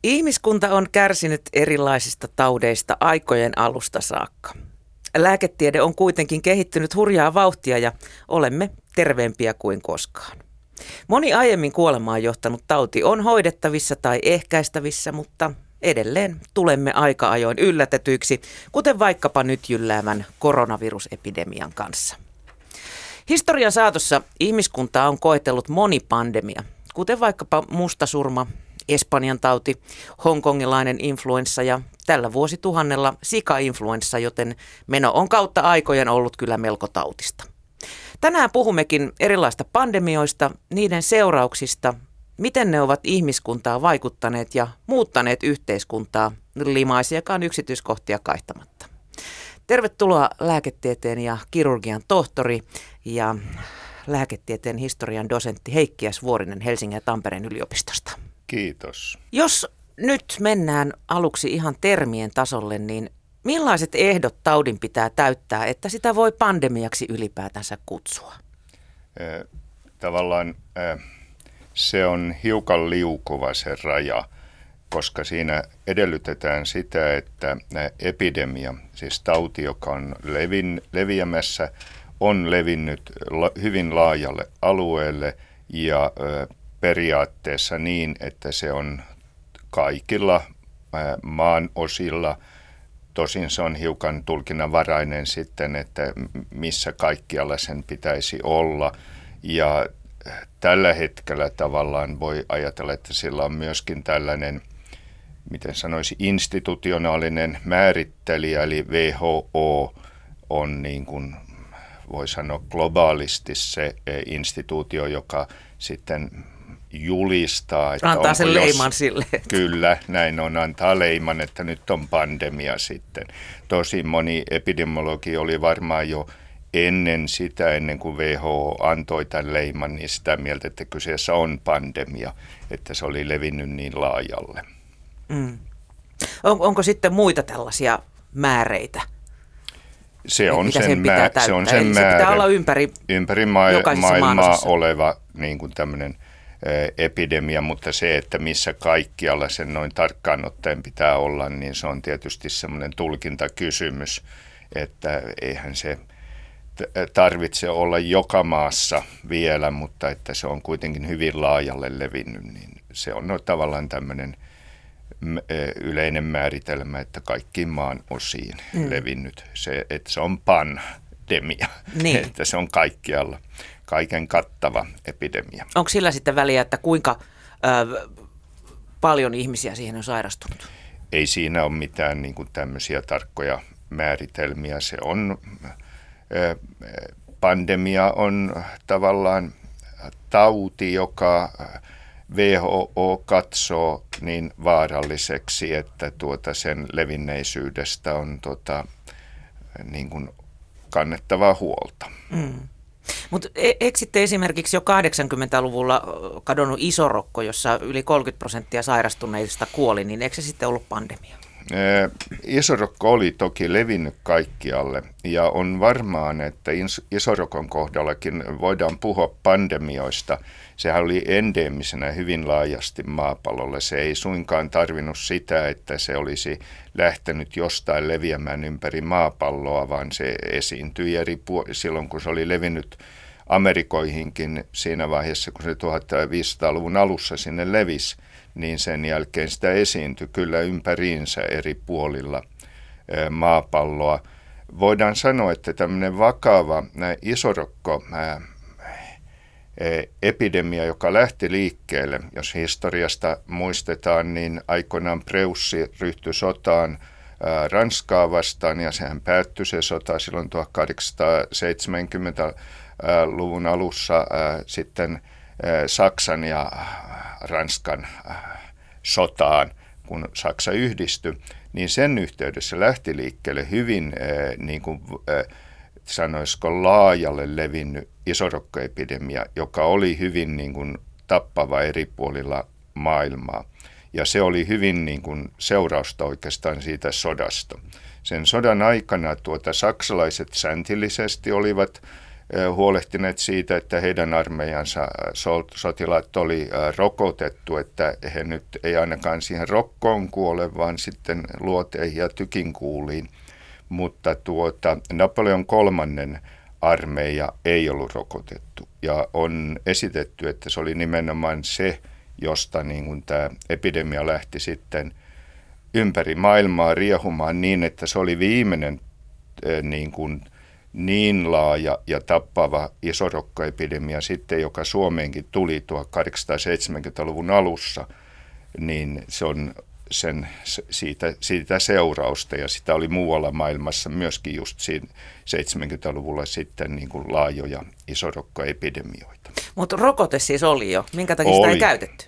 Ihmiskunta on kärsinyt erilaisista taudeista aikojen alusta saakka. Lääketiede on kuitenkin kehittynyt hurjaa vauhtia ja olemme terveempiä kuin koskaan. Moni aiemmin kuolemaan johtanut tauti on hoidettavissa tai ehkäistävissä, mutta edelleen tulemme aika ajoin yllätetyiksi, kuten vaikkapa nyt jylläävän koronavirusepidemian kanssa. Historian saatossa ihmiskuntaa on koetellut moni pandemia, kuten vaikkapa mustasurma, Espanjan tauti, hongkongilainen influenssa ja tällä vuosituhannella sika-influenssa, joten meno on kautta aikojen ollut kyllä melko tautista. Tänään puhummekin erilaista pandemioista, niiden seurauksista, miten ne ovat ihmiskuntaa vaikuttaneet ja muuttaneet yhteiskuntaa limaisiakaan yksityiskohtia kaihtamatta. Tervetuloa lääketieteen ja kirurgian tohtori ja lääketieteen historian dosentti Heikki S. Vuorinen Helsingin ja Tampereen yliopistosta. Kiitos. Jos nyt mennään aluksi ihan termien tasolle, niin millaiset ehdot taudin pitää täyttää, että sitä voi pandemiaksi ylipäätänsä kutsua? Tavallaan se on hiukan liukuva se raja, koska siinä edellytetään sitä, että epidemia, siis tauti, joka on leviämässä, on levinnyt hyvin laajalle alueelle ja periaatteessa niin, että se on kaikilla maan osilla. Tosin se on hiukan tulkinnanvarainen sitten, että missä kaikkialla sen pitäisi olla. Ja tällä hetkellä tavallaan voi ajatella, että sillä on myöskin tällainen, miten sanoisi, institutionaalinen määrittelijä, eli WHO on niin kuin voi sanoa globaalisti se instituutio, joka sitten julistaa, että antaa sen leiman sille. Kyllä, näin on, antaa leiman, että nyt on pandemia sitten. Tosi moni epidemiologi oli varmaan jo ennen kuin WHO antoi tämän leiman, niin sitä mieltä, että kyseessä on pandemia, että se oli levinnyt niin laajalle. Onko sitten muita tällaisia määreitä? Se on sen määrä. Se pitää olla ympäri maailmaa oleva niin kuin tämmöinen epidemia, mutta se, että missä kaikkialla sen noin tarkkaan ottaen pitää olla, niin se on tietysti semmoinen tulkintakysymys, että eihän se tarvitse olla joka maassa vielä, mutta että se on kuitenkin hyvin laajalle levinnyt, niin se on tavallaan tämmöinen yleinen määritelmä, että kaikkiin maan osiin levinnyt. Se, että se on pandemia, niin. Että se on kaikkialla, kaiken kattava epidemia. Onko sillä sitten väliä, että kuinka paljon ihmisiä siihen on sairastunut? Ei siinä ole mitään niin kuin tämmöisiä tarkkoja määritelmiä. Se on, pandemia on tavallaan tauti, joka WHO katsoo niin vaaralliseksi, että sen levinneisyydestä on niin kuin kannettavaa huolta. Mutta eikö sitten esimerkiksi jo 80-luvulla kadonnut isorokko, jossa yli 30% sairastuneista kuoli, niin eikö se sitten ollut pandemia? Isorokko oli toki levinnyt kaikkialle ja on varmaan, että isorokon kohdallakin voidaan puhua pandemioista. Sehän oli endeemisenä hyvin laajasti maapallolle. Se ei suinkaan tarvinnut sitä, että se olisi lähtenyt jostain leviämään ympäri maapalloa, vaan se esiintyi silloin, kun se oli levinnyt Amerikoihinkin siinä vaiheessa, kun se 1500-luvun alussa sinne levisi, niin sen jälkeen sitä esiintyi kyllä ympäriinsä eri puolilla maapalloa. Voidaan sanoa, että tämmöinen vakava isorokko epidemia, joka lähti liikkeelle, jos historiasta muistetaan, niin aikoinaan Preussi ryhtyi sotaan Ranskaa vastaan, ja sehän päättyi se sota silloin 1870-luvun alussa sitten Saksan ja Ranskan sotaan, kun Saksa yhdistyi, niin sen yhteydessä lähti liikkeelle hyvin niin kuin sanoisiko laajalle levinnyt isorokkoepidemia, joka oli hyvin niin kuin tappava eri puolilla maailmaa. Ja se oli hyvin niin kuin seurausta oikeastaan siitä sodasta. Sen sodan aikana saksalaiset säntillisesti olivat huolehtineet siitä, että heidän armeijansa sotilaat oli rokotettu, että he nyt ei ainakaan siihen rokkoon kuole, vaan sitten luoteihin ja tykinkuuliin. Mutta Napoleon kolmannen armeija ei ollut rokotettu ja on esitetty, että se oli nimenomaan se, josta niin kuin tämä epidemia lähti sitten ympäri maailmaa riehumaan niin, että se oli viimeinen niin laaja ja tappava isorokkoepidemia sitten, joka Suomeenkin tuli 1870-luvun alussa, niin se on siitä seurausta ja sitä oli muualla maailmassa myöskin just siinä 70-luvulla sitten niin kuin laajoja isorokkoepidemioita. Mutta rokote siis oli jo. Minkä takia sitä ei käytetty?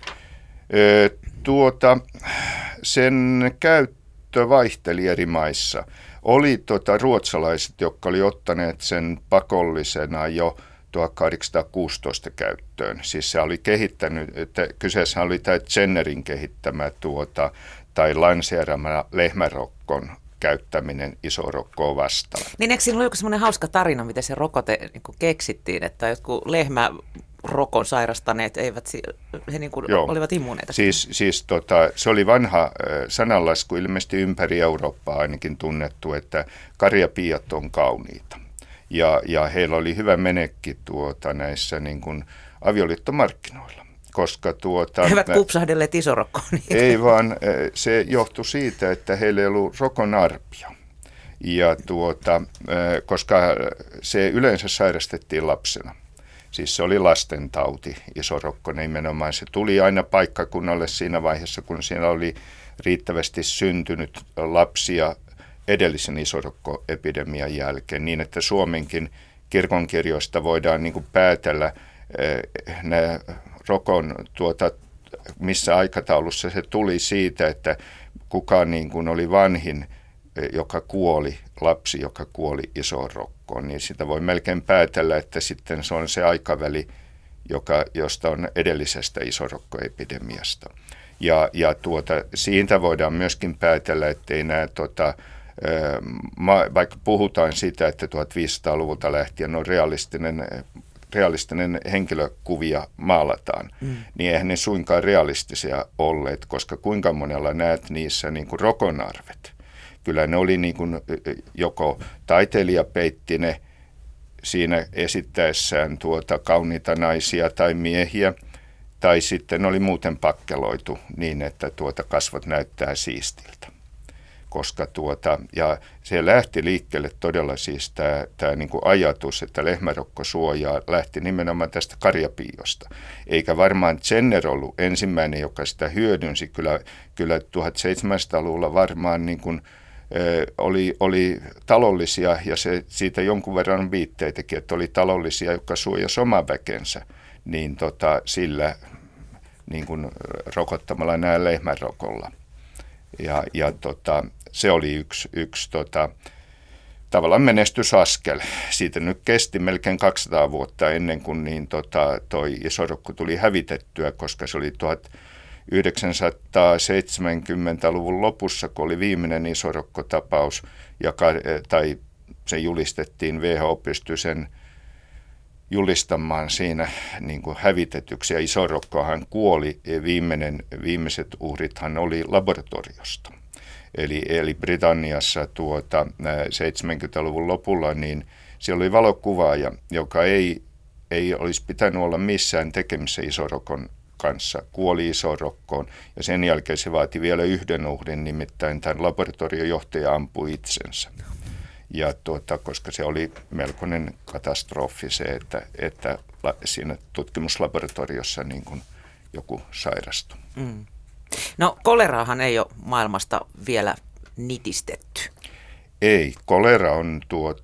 Sen käyttö vaihteli eri maissa. Oli ruotsalaiset, jotka oli ottaneet sen pakollisena jo 1816 käyttöön. Siis se oli kehittänyt, että kyseessä oli tämä Jennerin kehittämä tai lanseerama lehmärokkon käyttäminen isorokkoa vastaan. Niin eikö siinä ollut joku semmoinen hauska tarina, miten se rokote niin kuin keksittiin, että jotkut lehmärokon sairastaneet he niin kuin olivat immuuneita? Siis se oli vanha sananlasku, ilmeisesti ympäri Eurooppaa ainakin tunnettu, että karjapiiat on kauniita. Ja heillä oli hyvä menekki näissä niin kuin avioliittomarkkinoilla. Koska hyvät kupsahdelleet isorokkoon. Ei vaan, se johtui siitä, että heillä ei ollut rokon arpia. Ja koska se yleensä sairastettiin lapsena. Siis se oli lastentauti, isorokko nimenomaan. Se tuli aina paikkakunnalle siinä vaiheessa, kun siinä oli riittävästi syntynyt lapsia edellisen isorokkoepidemian jälkeen, niin että Suomenkin kirkonkirjoista voidaan niin kuin päätellä nämä rokon, missä aikataulussa se tuli siitä, että kuka niin kuin oli vanhin, joka kuoli, lapsi, joka kuoli isorokkoon, niin sitä voi melkein päätellä, että sitten se on se aikaväli, josta on edellisestä isorokkoepidemiasta. Ja siitä voidaan myöskin päätellä, ettei nämä vaikka puhutaan siitä, että 1500-luvulta lähtien on realistinen henkilökuvia maalataan, niin eihän ne suinkaan realistisia olleet, koska kuinka monella näet niissä niin kuin rokonarvet. Kyllä ne oli niin kuin joko taiteilija peitti ne siinä esittäessään kauniita naisia tai miehiä, tai sitten oli muuten pakkeloitu niin, että kasvot näyttää siistiltä. Koska ja se lähti liikkeelle todella siis tämä niin kuin ajatus, että lehmärokko suojaa, lähti nimenomaan tästä karjapiiosta. Eikä varmaan Jenner ollut ensimmäinen, joka sitä hyödynsi. Kyllä 1700-luvulla varmaan niin kuin, oli talollisia, ja siitä jonkun verran viitteitäkin, että oli talollisia, jotka suojasi oman väkensä, niin sillä niin kuin rokottamalla nämä lehmänrokolla. Ja se oli yksi tavallaan menestysaskel. Siitä nyt kesti melkein 200 vuotta ennen kuin toi isorokko tuli hävitettyä, koska se oli 1970-luvun lopussa, kun oli viimeinen isorokkotapaus, tai se julistettiin, WHO pystyi sen julistamaan siinä niin kuin hävitetyksi. Ja isorokkohan kuoli, viimeiset uhrithan oli laboratoriosta. Eli Britanniassa 70-luvun lopulla niin siellä oli valokuvaaja, joka ei olisi pitänyt olla missään tekemissä isorokon kanssa, kuoli isorokkoon, ja sen jälkeen se vaati vielä yhden uhrin, nimittäin tämän laboratoriojohtaja ampui itsensä. Ja koska se oli melkoinen katastrofi se, että siinä tutkimuslaboratoriossa niin kuin joku sairastui. Mm. No koleraahan ei ole maailmasta vielä nitistetty. Ei, kolera on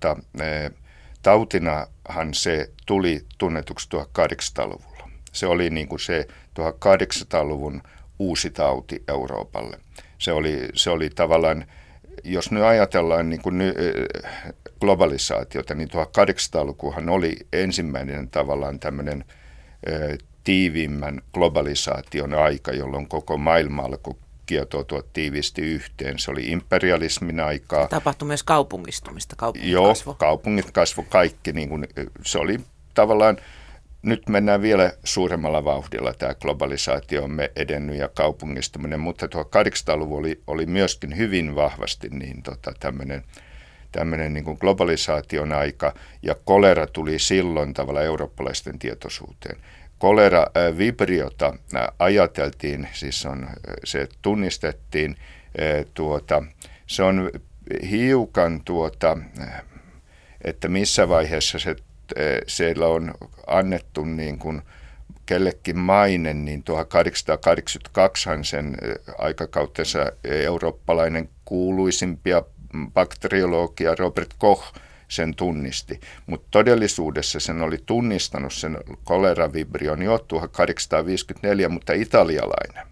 tautinahan se tuli tunnetuksi 1800-luvulla. Se oli niin kuin se 1800-luvun uusi tauti Euroopalle. Se oli tavallaan, jos nyt ajatellaan niin kuin globalisaatiota, niin 1800-lukuhan oli ensimmäinen tavallaan tämmöinen tiiviimmän globalisaation aika, jolloin koko maailma alkoi kietoutua tiiviisti yhteen. Se oli imperialismin aikaa. Tapahtui myös kaupungistumista, kaupungit kasvoi kaikki. Niin kuin, se oli tavallaan, nyt mennään vielä suuremmalla vauhdilla, tämä globalisaatio on edennyt ja kaupungistuminen, mutta 1800-luvu oli myöskin hyvin vahvasti niin tämmöinen niin kuin globalisaation aika, ja kolera tuli silloin tavallaan eurooppalaisten tietoisuuteen. Kolera vibriota ajateltiin, siis se tunnistettiin, se on hiukan että missä vaiheessa siellä on annettu niin kuin kellekin maine, niin 1882 sen aikakautensa eurooppalainen kuuluisimpia bakteriologia Robert Koch sen tunnisti, mutta todellisuudessa sen oli tunnistanut sen koleravibrion jo 1854, mutta italialainen.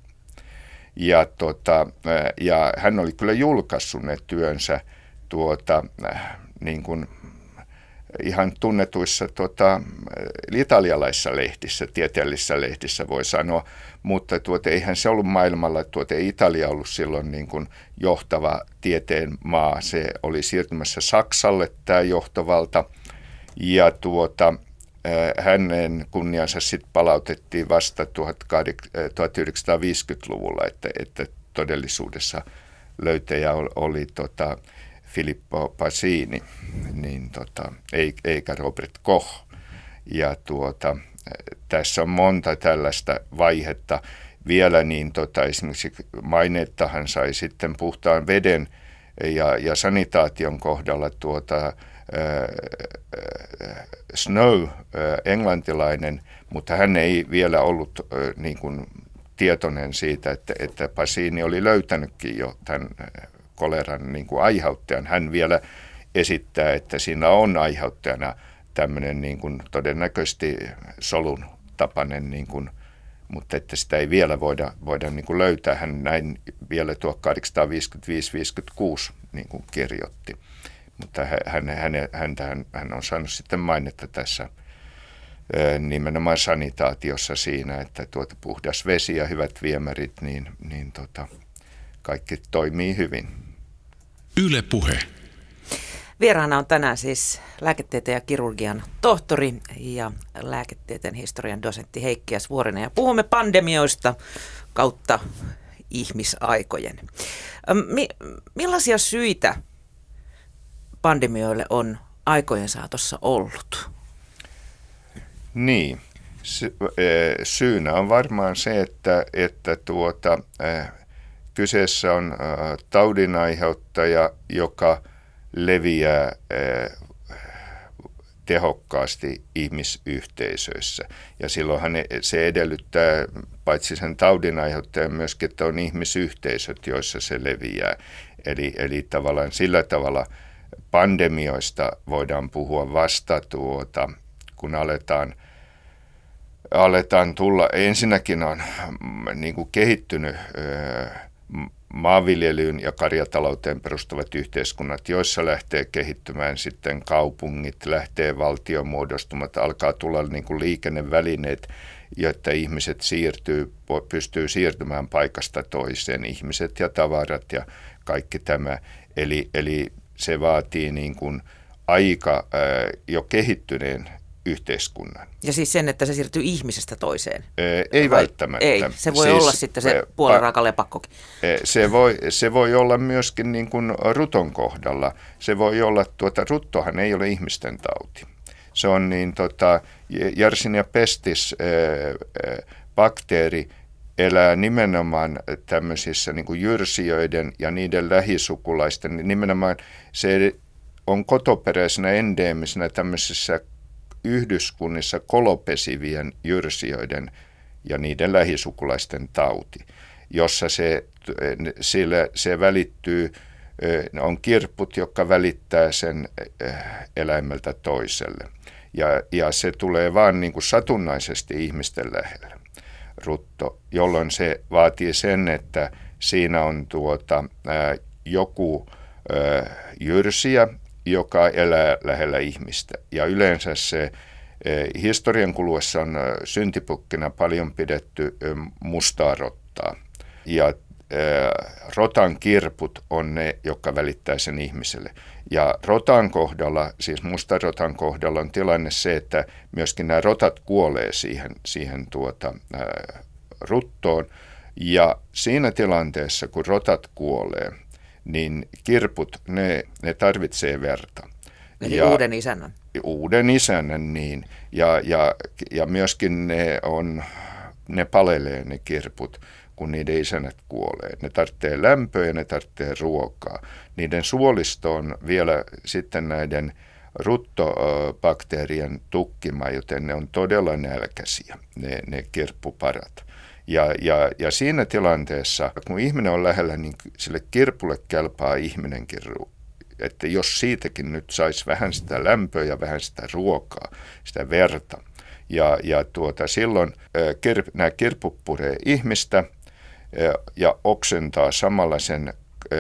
Ja hän oli kyllä julkaissut ne työnsä niin kuin ihan tunnetuissa italialaisissa lehdissä, tieteellisissä lehdissä voi sanoa, mutta eihän se ollut maailmalla, ei Italia ollut silloin niin kuin johtava tieteen maa. Se oli siirtymässä Saksalle tämä johtovalta, ja hänen kunniansa sitten palautettiin vasta 1950-luvulla, että todellisuudessa löytäjä oli Filippo Pasini, niin eikä Robert Koch. Ja tässä on monta tällaista vaihetta. Vielä niin esimerkiksi mainettahan sai sitten puhtaan veden ja sanitaation kohdalla Snow, englantilainen, mutta hän ei vielä ollut niin kuin tietoinen siitä, että Pasini oli löytänytkin jo tämän koleran niin kuin aiheuttajan. Hän vielä esittää, että siinä on aiheuttajana tämmöinen niin kuin todennäköisesti solun tapainen, niin kuin, mutta että sitä ei vielä voida niin kuin löytää. Hän näin vielä 1855-56 niin kuin kirjoitti, mutta hän on saanut sitten mainetta tässä nimenomaan sanitaatiossa siinä, että puhdas vesi ja hyvät viemärit, niin kaikki toimii hyvin. Yle Puhe. Vieraana on tänään siis lääketieteen ja kirurgian tohtori ja lääketieteen historian dosentti Heikki S. Vuorinen. Ja puhumme pandemioista kautta ihmisaikojen. Millaisia syitä pandemioille on aikojen saatossa ollut? Niin, syynä on varmaan se, että kyseessä on taudinaiheuttaja, joka leviää tehokkaasti ihmisyhteisöissä. Ja silloinhan se edellyttää paitsi sen taudinaiheuttajan myöskin, että on ihmisyhteisöt, joissa se leviää. Eli tavallaan sillä tavalla pandemioista voidaan puhua vasta kun aletaan tulla. Ensinnäkin on niin kuin kehittynyt maanviljelyyn ja karjatalouteen perustuvat yhteiskunnat, joissa lähtee kehittymään sitten kaupungit, lähtee valtiomuodostumat, alkaa tulla niin kuin liikennevälineet, jotta ihmiset pystyy siirtymään paikasta toiseen, ihmiset ja tavarat ja kaikki tämä. Eli se vaatii niin kuin aika jo kehittyneen yhteiskunnan. Ja siis sen, että se siirtyy ihmisestä toiseen? Ei välttämättä. Ei, se voi olla sitten se puolen raaka lepakkokin. Se voi olla myöskin niin kuin ruton kohdalla. Se voi olla, ruttohan ei ole ihmisten tauti. Se on niin Yersinia pestis bakteeri elää nimenomaan tämmöisissä niin kuin jyrsijöiden ja niiden lähisukulaisten. Nimenomaan se on kotoperäisenä endeemisenä tämmöisissä yhdyskunnissa kolopesivien jyrsijöiden ja niiden lähisukulaisten tauti, jossa se välittyy, on kirput, jotka välittää sen eläimeltä toiselle. Ja se tulee vaan niin kuin satunnaisesti ihmisten lähelle, rutto, jolloin se vaatii sen, että siinä on joku jyrsijä, joka elää lähellä ihmistä. Ja yleensä se historian kuluessa on syntipukkina paljon pidetty mustaa rottaa. Ja rotan kirput on ne, jotka välittää sen ihmiselle. Ja rotan kohdalla, siis mustarotan kohdalla on tilanne se, että myöskin nämä rotat kuolee siihen ruttoon. Ja siinä tilanteessa, kun rotat kuolee, niin kirput, ne tarvitsee verta. Eli uuden isännän. Uuden isännän, niin. Ja myöskin ne palelee ne kirput, kun niiden isännät kuolee. Ne tarvitsee lämpöä ja ne tarvitsee ruokaa. Niiden suolisto on vielä sitten näiden ruttobakteerien tukkima, joten ne on todella nälkäisiä, ne kirppuparat. Ja siinä tilanteessa, kun ihminen on lähellä, niin sille kirpulle kelpaa ihminenkin, että jos siitäkin nyt saisi vähän sitä lämpöä ja vähän sitä ruokaa, sitä verta. Silloin nämä kirput puree ihmistä ja oksentaa samalla sen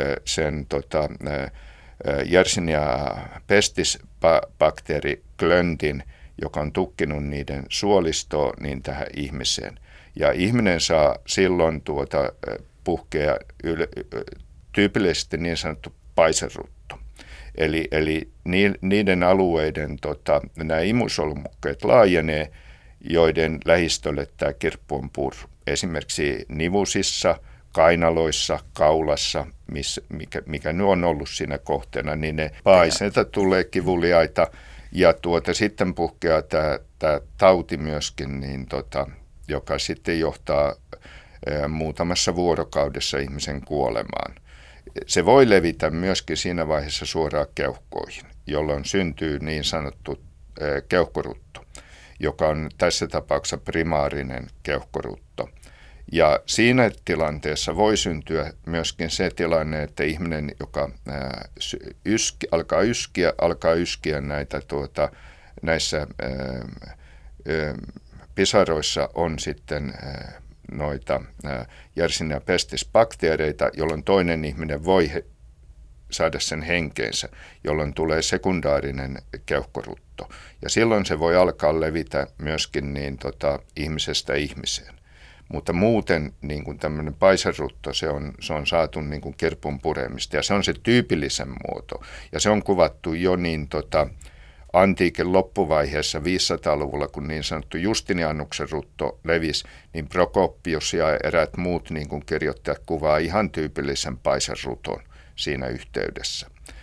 Yersinia pestis bakteeriklöntin, joka on tukkinut niiden suolistoa niin tähän ihmiseen. Ja ihminen saa silloin puhkea tyypillisesti niin sanottu paiserutto. Eli niiden alueiden nämä imusolmukkeet laajenee, joiden lähistölle tämä kirppu on purru. Esimerkiksi nivusissa, kainaloissa, kaulassa, mikä nyt on ollut siinä kohteena, niin ne paiseita tulee kivuliaita. Ja sitten puhkeaa tämä tauti myöskin, niin joka sitten johtaa muutamassa vuorokaudessa ihmisen kuolemaan. Se voi levitä myöskin siinä vaiheessa suoraan keuhkoihin, jolloin syntyy niin sanottu keuhkorutto, joka on tässä tapauksessa primaarinen keuhkorutto. Ja siinä tilanteessa voi syntyä myöskin se tilanne, että ihminen, joka alkaa yskiä näissä pisaroissa on sitten noita Yersinia pestis bakteereita, jolloin toinen ihminen voi saada sen henkeensä, jolloin tulee sekundaarinen keuhkorutto. Ja silloin se voi alkaa levitä myöskin ihmisestä ihmiseen. Mutta muuten niin kuin tämmöinen paiserutto, se on saatu niin kuin kirpun puremista ja se on se tyypillisen muoto. Ja se on kuvattu jo antiikin loppuvaiheessa 500-luvulla, kun niin sanottu Justinianuksen rutto levisi, niin Prokopius ja eräät muut niin kuin kirjoittajat kuvaa ihan tyypillisen paiserruton siinä yhteydessä.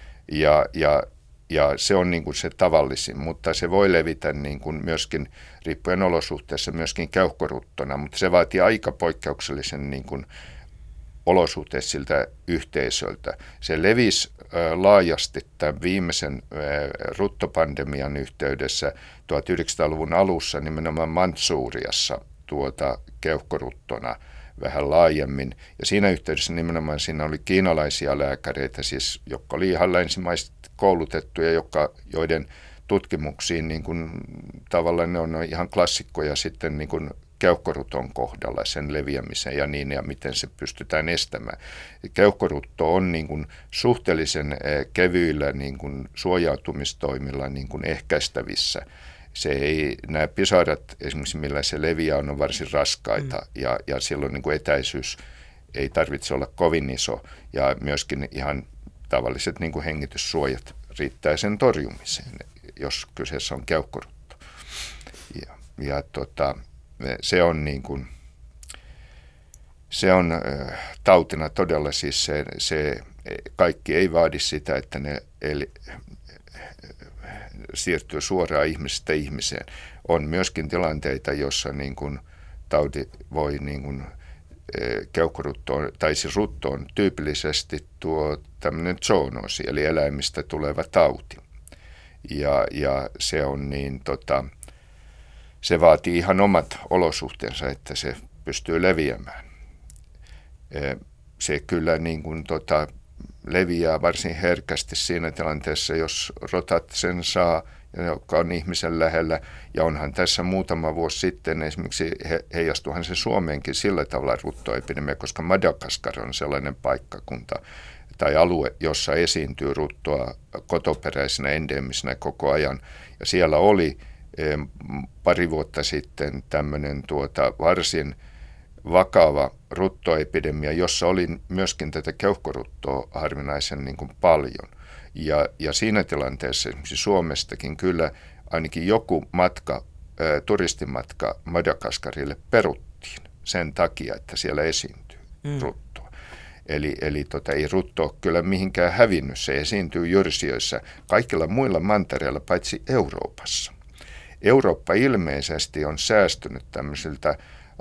Ja se on niin kuin se tavallisin, mutta se voi levitä niin kuin myöskin riippuen olosuhteessa myöskin keuhkoruttona, mutta se vaatii aika poikkeuksellisen niin kuin olosuhteet siltä yhteisöltä. Se levisi laajasti tämän viimeisen ruttopandemian yhteydessä 1900-luvun alussa nimenomaan Mantsuriassa keuhkoruttona vähän laajemmin. Ja siinä yhteydessä nimenomaan siinä oli kiinalaisia lääkäreitä, siis, jotka oli ihan länsimaisesti koulutettuja, joiden tutkimuksiin niin kuin, tavallaan ne on ihan klassikkoja sitten niin kuin keuhkoruton kohdalla, sen leviämisen ja niin, ja miten se pystytään estämään. Keuhkorutto on niin kuin suhteellisen kevyillä niin kuin suojautumistoimilla niin kuin ehkäistävissä. Nämä pisarat, esimerkiksi millä se leviää, on varsin raskaita ja silloin niin kuin etäisyys ei tarvitse olla kovin iso ja myöskin ihan tavalliset niin kuin hengityssuojat riittää sen torjumiseen, jos kyseessä on keuhkorutto. Se on niin kuin, se on tautina todella siis se kaikki ei vaadi sitä, että ne siirtyy suoraan ihmisestä ihmiseen. On myöskin tilanteita, jossa niin kuin tauti voi niin kuin keuhkoruttoon, tai siis ruttoon tyypillisesti tämmöinen zoonoosi, eli eläimistä tuleva tauti. Ja se on niin se vaatii ihan omat olosuhteensa, että se pystyy leviämään. Se kyllä niin kuin leviää varsin herkästi siinä tilanteessa, jos rotat sen saa, joka on ihmisen lähellä. Ja onhan tässä muutama vuosi sitten esimerkiksi heijastuhan se Suomeenkin sillä tavalla ruttoepidemia, koska Madagaskar on sellainen paikkakunta tai alue, jossa esiintyy ruttoa kotoperäisenä endeemisenä koko ajan. Ja siellä oli pari vuotta sitten tämmöinen varsin vakava ruttoepidemia, jossa oli myöskin tätä keuhkoruttoa harvinaisen niin kuin paljon. Ja siinä tilanteessa esimerkiksi Suomestakin kyllä ainakin joku turistimatka Madagaskarille peruttiin sen takia, että siellä esiintyy ruttoa. Eli ei rutto ole kyllä mihinkään hävinnyt, se esiintyy jyrsijöissä kaikilla muilla mantereilla paitsi Euroopassa. Eurooppa ilmeisesti on säästynyt tämmöisiltä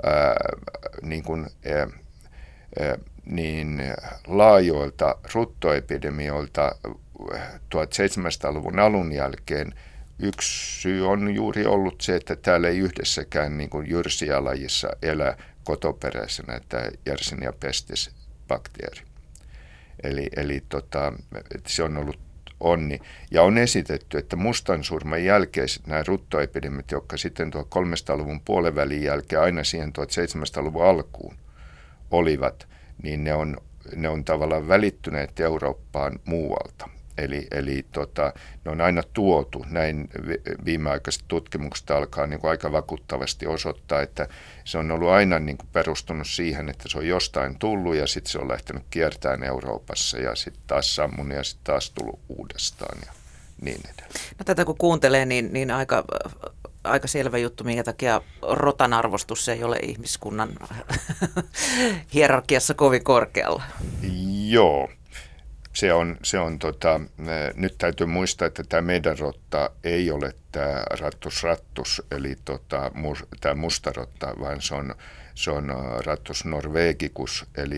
laajoilta ruttoepidemioilta 1700-luvun alun jälkeen. Yksi syy on juuri ollut se, että täällä ei yhdessäkään niin kuin jyrsijälajissa elä kotoperäisenä tämä Yersinia pestis -bakteeri. Eli se on ollut onni. Ja on esitetty, että mustansurman jälkeiset nämä ruttoepidemiat, jotka sitten 1300-luvun puolenvälin jälkeen aina siihen 1700-luvun alkuun olivat, niin ne on tavallaan välittyneet Eurooppaan muualta. Eli ne on aina tuotu, näin viimeaikaiset tutkimukset alkaa niin kuin aika vakuuttavasti osoittaa, että se on ollut aina niin kuin perustunut siihen, että se on jostain tullut ja sitten se on lähtenyt kiertämään Euroopassa ja sitten taas sammunut ja sitten taas tullut uudestaan ja niin edelleen. No tätä kun kuuntelee, niin aika selvä juttu, minkä takia rotan arvostus ei ole ihmiskunnan hierarkiassa kovin korkealla. Joo. Nyt täytyy muistaa, että tämä meidän rotta ei ole tämä rattus, eli tämä mustarotta, vaan se on rattus norvegicus, eli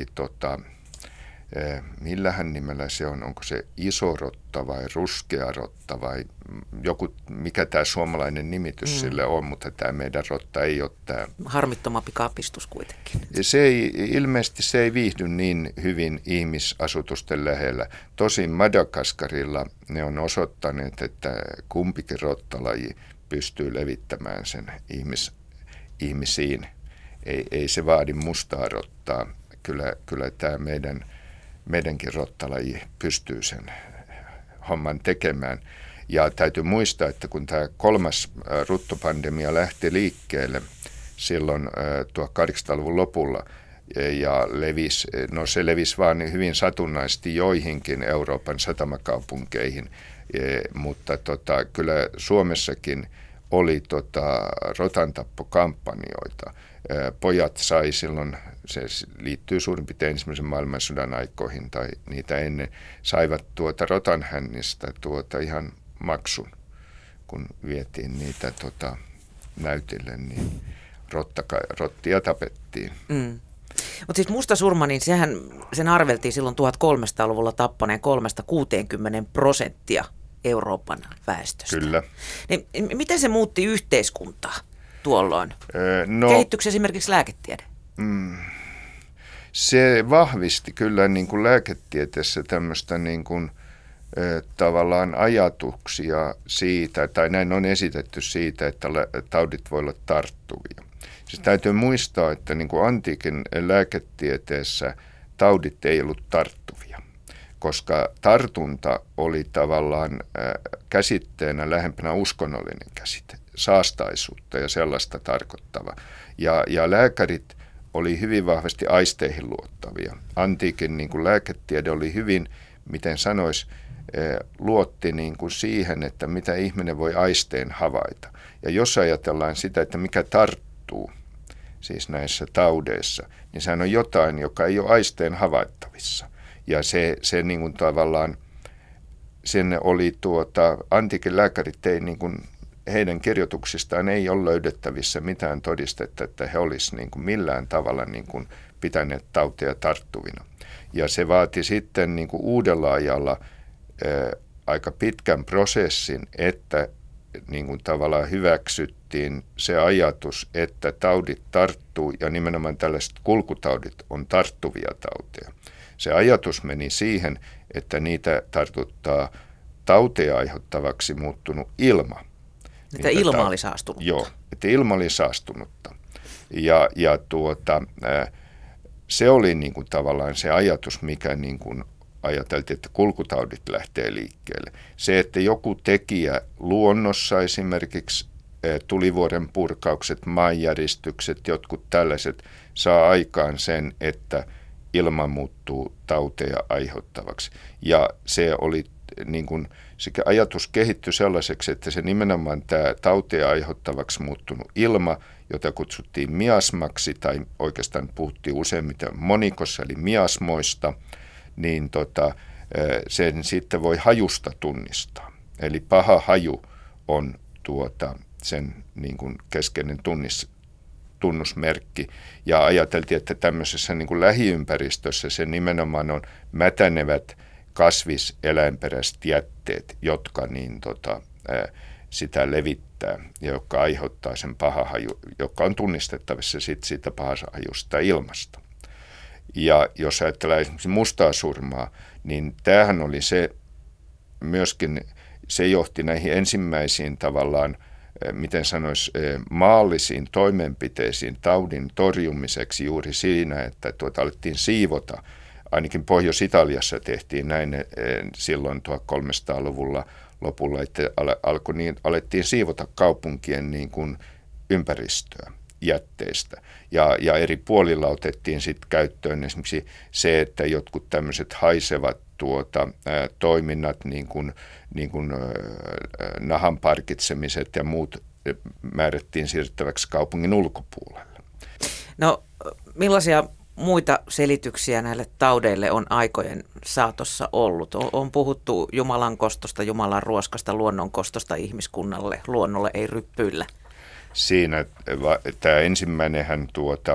millähän nimellä se on, onko se iso rotta vai ruskea rotta vai joku, mikä tämä suomalainen nimitys sille on, mutta tämä meidän rotta ei ole tämä. Harmittoma pikapistus kuitenkin. Ilmeisesti se ei viihdy niin hyvin ihmisasutusten lähellä. Tosin Madagaskarilla ne on osoittaneet, että kumpikin rottalaji pystyy levittämään sen ihmisiin. Ei se vaadi mustaa rottaa. Kyllä tämä meidänkin rottalaji pystyy sen homman tekemään. Ja täytyy muistaa, että kun tämä kolmas ruttopandemia lähti liikkeelle silloin 1800-luvun lopulla ja se levisi vaan hyvin satunnaisesti joihinkin Euroopan satamakaupunkeihin, mutta kyllä Suomessakin oli rotantappokampanjoita. Pojat sai silloin, se liittyy suurin piirtein ensimmäisen maailmansodan aikoihin tai niitä ennen, saivat rotanhännistä ihan maksun, kun vietiin niitä näytille, niin rottia tapettiin. Mutta siis mustasurma, niin sen arveltiin silloin 1300-luvulla tappaneen 3-60% Euroopan väestöstä. Kyllä. Niin miten se muutti yhteiskuntaa tuolloin? Kehittyykö esimerkiksi lääketiede? Se vahvisti kyllä niin kuin lääketieteessä tämmöistä niin kuin, tavallaan ajatuksia siitä, tai näin on esitetty siitä, että taudit voi olla tarttuvia. Siis täytyy muistaa, että niin kuin antiikin lääketieteessä taudit ei ollut tarttuvia, koska tartunta oli tavallaan käsitteenä lähempänä uskonnollinen käsite, saastaisuutta ja sellaista tarkoittava. Ja lääkärit oli hyvin vahvasti aisteihin luottavia. Antiikin niin kuin lääketiede oli hyvin, miten sanoisi, luotti niin kuin siihen, että mitä ihminen voi aisteen havaita. Ja jos ajatellaan sitä, että mikä tarttuu, siis näissä taudeissa, niin sehän on jotain, joka ei ole aisteen havaittavissa. Ja se niin kuin tavallaan, sen oli antiikin lääkärit ei niin kuin, heidän kirjoituksistaan ei ole löydettävissä mitään todistetta, että he olisivat niin kuin millään tavalla niin kuin pitäneet tauteja tarttuvina. Ja se vaati sitten niin kuin uudella ajalla aika pitkän prosessin, että niin kuin tavallaan hyväksyttiin se ajatus, että taudit tarttuu ja nimenomaan tällaiset kulkutaudit on tarttuvia tauteja. Se ajatus meni siihen, että niitä tartuttaa tauteja aiheuttavaksi muuttunut ilma. Että ilma oli saastunutta. Joo, että ilma oli saastunutta. Ja se oli niin kuin tavallaan se ajatus, mikä niin kuin ajateltiin, että kulkutaudit lähtee liikkeelle. Se, että joku tekijä luonnossa esimerkiksi tulivuoren purkaukset, maanjäristykset, jotkut tällaiset saa aikaan sen, että ilma muuttuu tauteja aiheuttavaksi. Ja se oli niin kuin, se ajatus kehittyi sellaiseksi, että se nimenomaan tämä tauteja aiheuttavaksi muuttunut ilma, jota kutsuttiin miasmaksi, tai oikeastaan puhuttiin useimmiten monikossa, eli miasmoista, niin sen sitten voi hajusta tunnistaa. Eli paha haju on sen niin kuin keskeinen tunnusmerkki. Ja ajateltiin, että tämmöisessä niin kuin lähiympäristössä se nimenomaan on mätänevät kasvis-eläinperäiset jätteet, jotka sitä levittää ja jotka aiheuttaa sen pahahaju, joka on tunnistettavissa sitten siitä pahahajusta ilmasta. Ja jos ajatellaan esimerkiksi mustaa surmaa, niin tämähän oli se myöskin, se johti näihin ensimmäisiin tavallaan, miten sanoisi, maallisiin toimenpiteisiin taudin torjumiseksi juuri siinä, että alettiin siivota. Ainakin Pohjois-Italiassa tehtiin näin silloin 1300-luvulla lopulla, että alettiin siivota kaupunkien niin kuin ympäristöä jätteistä. Ja eri puolilla otettiin sitten käyttöön esimerkiksi se, että jotkut tämmöiset haisevat toiminnat, niin kuin nahan parkitsemiset ja muut määrättiin siirrettäväksi kaupungin ulkopuolelle. No, millaisia muita selityksiä näille taudeille on aikojen saatossa ollut? On puhuttu Jumalan kostosta, Jumalan ruoskasta, luonnon kostosta ihmiskunnalle, luonnolle ei ryppyillä. Siinä tämä ensimmäinenhän,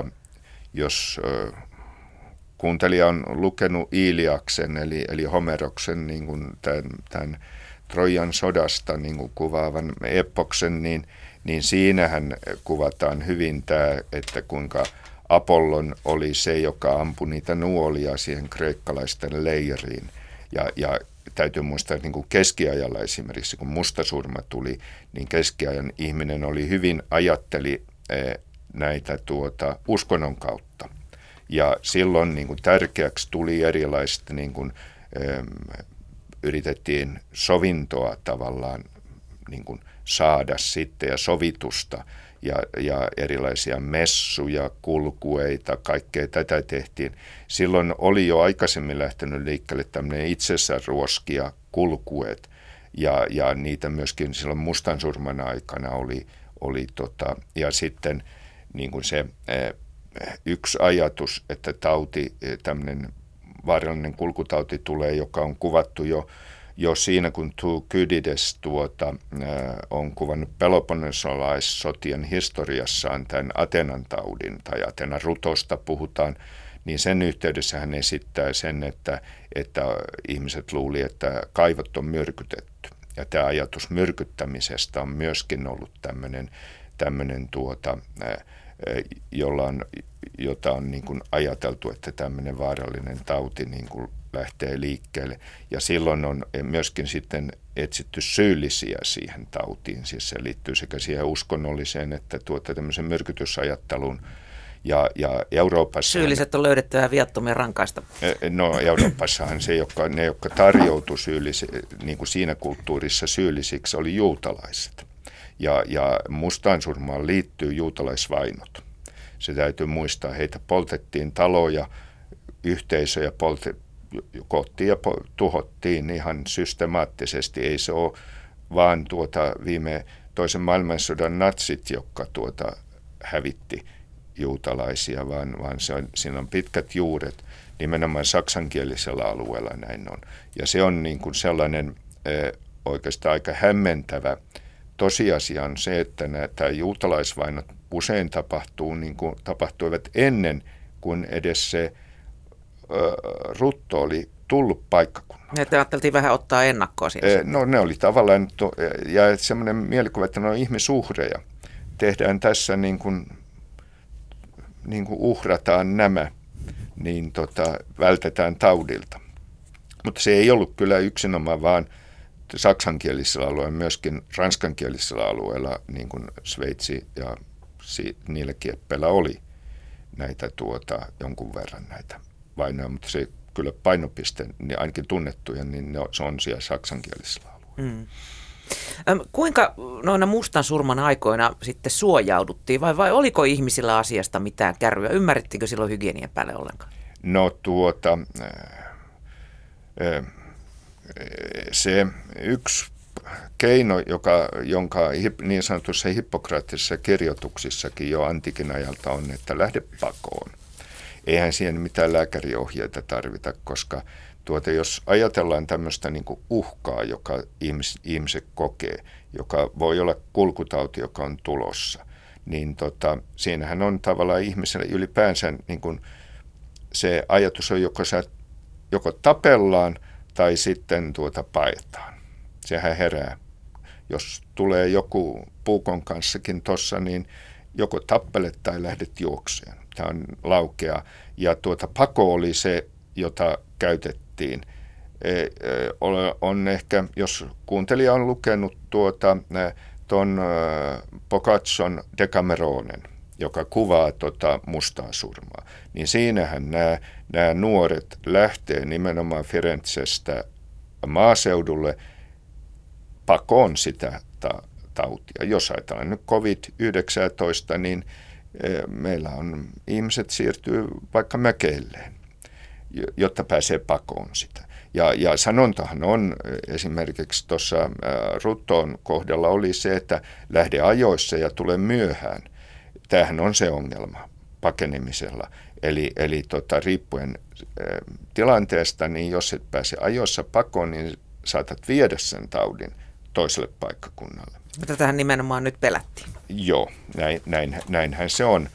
jos kuuntelija on lukenut Iliaksen eli Homeroksen niin kuin tämän Trojan sodasta niin kuin kuvaavan epoksen, niin siinähän kuvataan hyvin tämä, että kuinka Apollon oli se, joka ampui niitä nuolia siihen kreikkalaisten leiriin. Ja täytyy muistaa, että niin kuin keskiajalla esimerkiksi, kun mustasurma tuli, niin keskiajan ihminen ajatteli näitä uskonnon kautta. Ja silloin niin kuin tärkeäksi tuli erilaiset, niin kuin, yritettiin sovintoa tavallaan niin kuin saada sitten ja sovitusta ja erilaisia messuja, kulkueita, kaikkea tätä tehtiin. Silloin oli jo aikaisemmin lähtenyt liikkeelle tämmöinen itsessään ruoskia kulkueet ja niitä myöskin silloin mustansurman aikana oli ja sitten niin kuin se yksi ajatus, että tämmöinen vaarallinen kulkutauti tulee, joka on kuvattu jo siinä, kun Thukydides on kuvannut Peloponnesolaissotien historiassaan tämän Atenan taudin tai Atenan rutosta puhutaan, niin sen yhteydessä hän esittää sen, että ihmiset luuli, että kaivot on myrkytetty. Ja tämä ajatus myrkyttämisestä on myöskin ollut tämmöinen jota on niin kuin ajateltu, että tämmöinen vaarallinen tauti niin kuin lähtee liikkeelle. Ja silloin on myöskin sitten etsitty syyllisiä siihen tautiin. Siis se liittyy sekä siihen uskonnolliseen että tämmöisen myrkytysajatteluun. Ja Euroopassa... Syylliset on löydettävä viattomia rankaista. No Euroopassahan ne, jotka tarjoutui niin kuin siinä kulttuurissa syyllisiksi, oli juutalaiset. Ja mustaansurmaan liittyy juutalaisvainot. Se täytyy muistaa. Heitä poltettiin taloja, yhteisöjä koottiin ja tuhottiin ihan systemaattisesti. Ei se ole vaan viime toisen maailmansodan natsit, jotka hävitti juutalaisia, vaan siinä on pitkät juuret. Nimenomaan saksankielisellä alueella näin on. Ja se on niin kuin sellainen oikeastaan aika hämmentävä tosiasia on se, että tämä juutalaisvainot usein tapahtuivat ennen kuin edes se rutto oli tullut paikkakunnalle. Että ajatteltiin vähän ottaa ennakkoa siinä. No ne oli tavallaan, ja semmoinen mielikuva, että ne on ihmisuhreja. Tehdään tässä niin kuin uhrataan nämä, niin vältetään taudilta. Mutta se ei ollut kyllä yksinomaan vaan saksankielisellä alueella, myöskin ranskankielisellä alueella, niin kuin Sveitsi ja niillä kieppeillä oli näitä jonkun verran näitä vainoja, mutta se kyllä painopiste, niin ainakin tunnettuja, niin se on siellä saksankielisellä alueella. Kuinka noina mustan surman aikoina sitten suojauduttiin vai oliko ihmisillä asiasta mitään kärryä? Ymmärrettiinkö silloin hygienian päälle ollenkaan? No se yksi keino, jonka niin sanotussa hippokraattisissa kirjoituksissakin jo antiikin ajalta on, että lähde pakoon. Eihän siihen mitään lääkäriohjeita tarvita, koska jos ajatellaan tämmöistä niin kuin uhkaa, joka ihmiset kokee, joka voi olla kulkutauti, joka on tulossa, niin siinähän on tavallaan ihmiselle ylipäänsä niin kuin se ajatus on, joko tapellaan tai sitten paetaan. Sehän herää. Jos tulee joku puukon kanssakin tuossa, niin joko tappelet tai lähdet juokseen. Tämä on laukea. Ja pako oli se, jota käytettiin. On ehkä, jos kuuntelija on lukenut tuon Boccaccon Decameronen, joka kuvaa mustaa surmaa, niin siinähän nämä nuoret lähtee nimenomaan Firenzestä maaseudulle pakoon sitä tautia. Jos ajatellaan nyt COVID-19, niin meillä on ihmiset siirtyy vaikka mökeilleen, jotta pääsee pakoon sitä. Ja sanontahan on esimerkiksi tuossa Ruttoon kohdalla oli se, että lähde ajoissa ja tule myöhään. Tämähän on se ongelma pakenemisella. Eli riippuen tilanteesta, niin jos et pääse ajoissa pakoon, niin saatat viedä sen taudin toiselle paikkakunnalle. Tätähän nimenomaan nyt pelättiin. Joo, näinhän se on.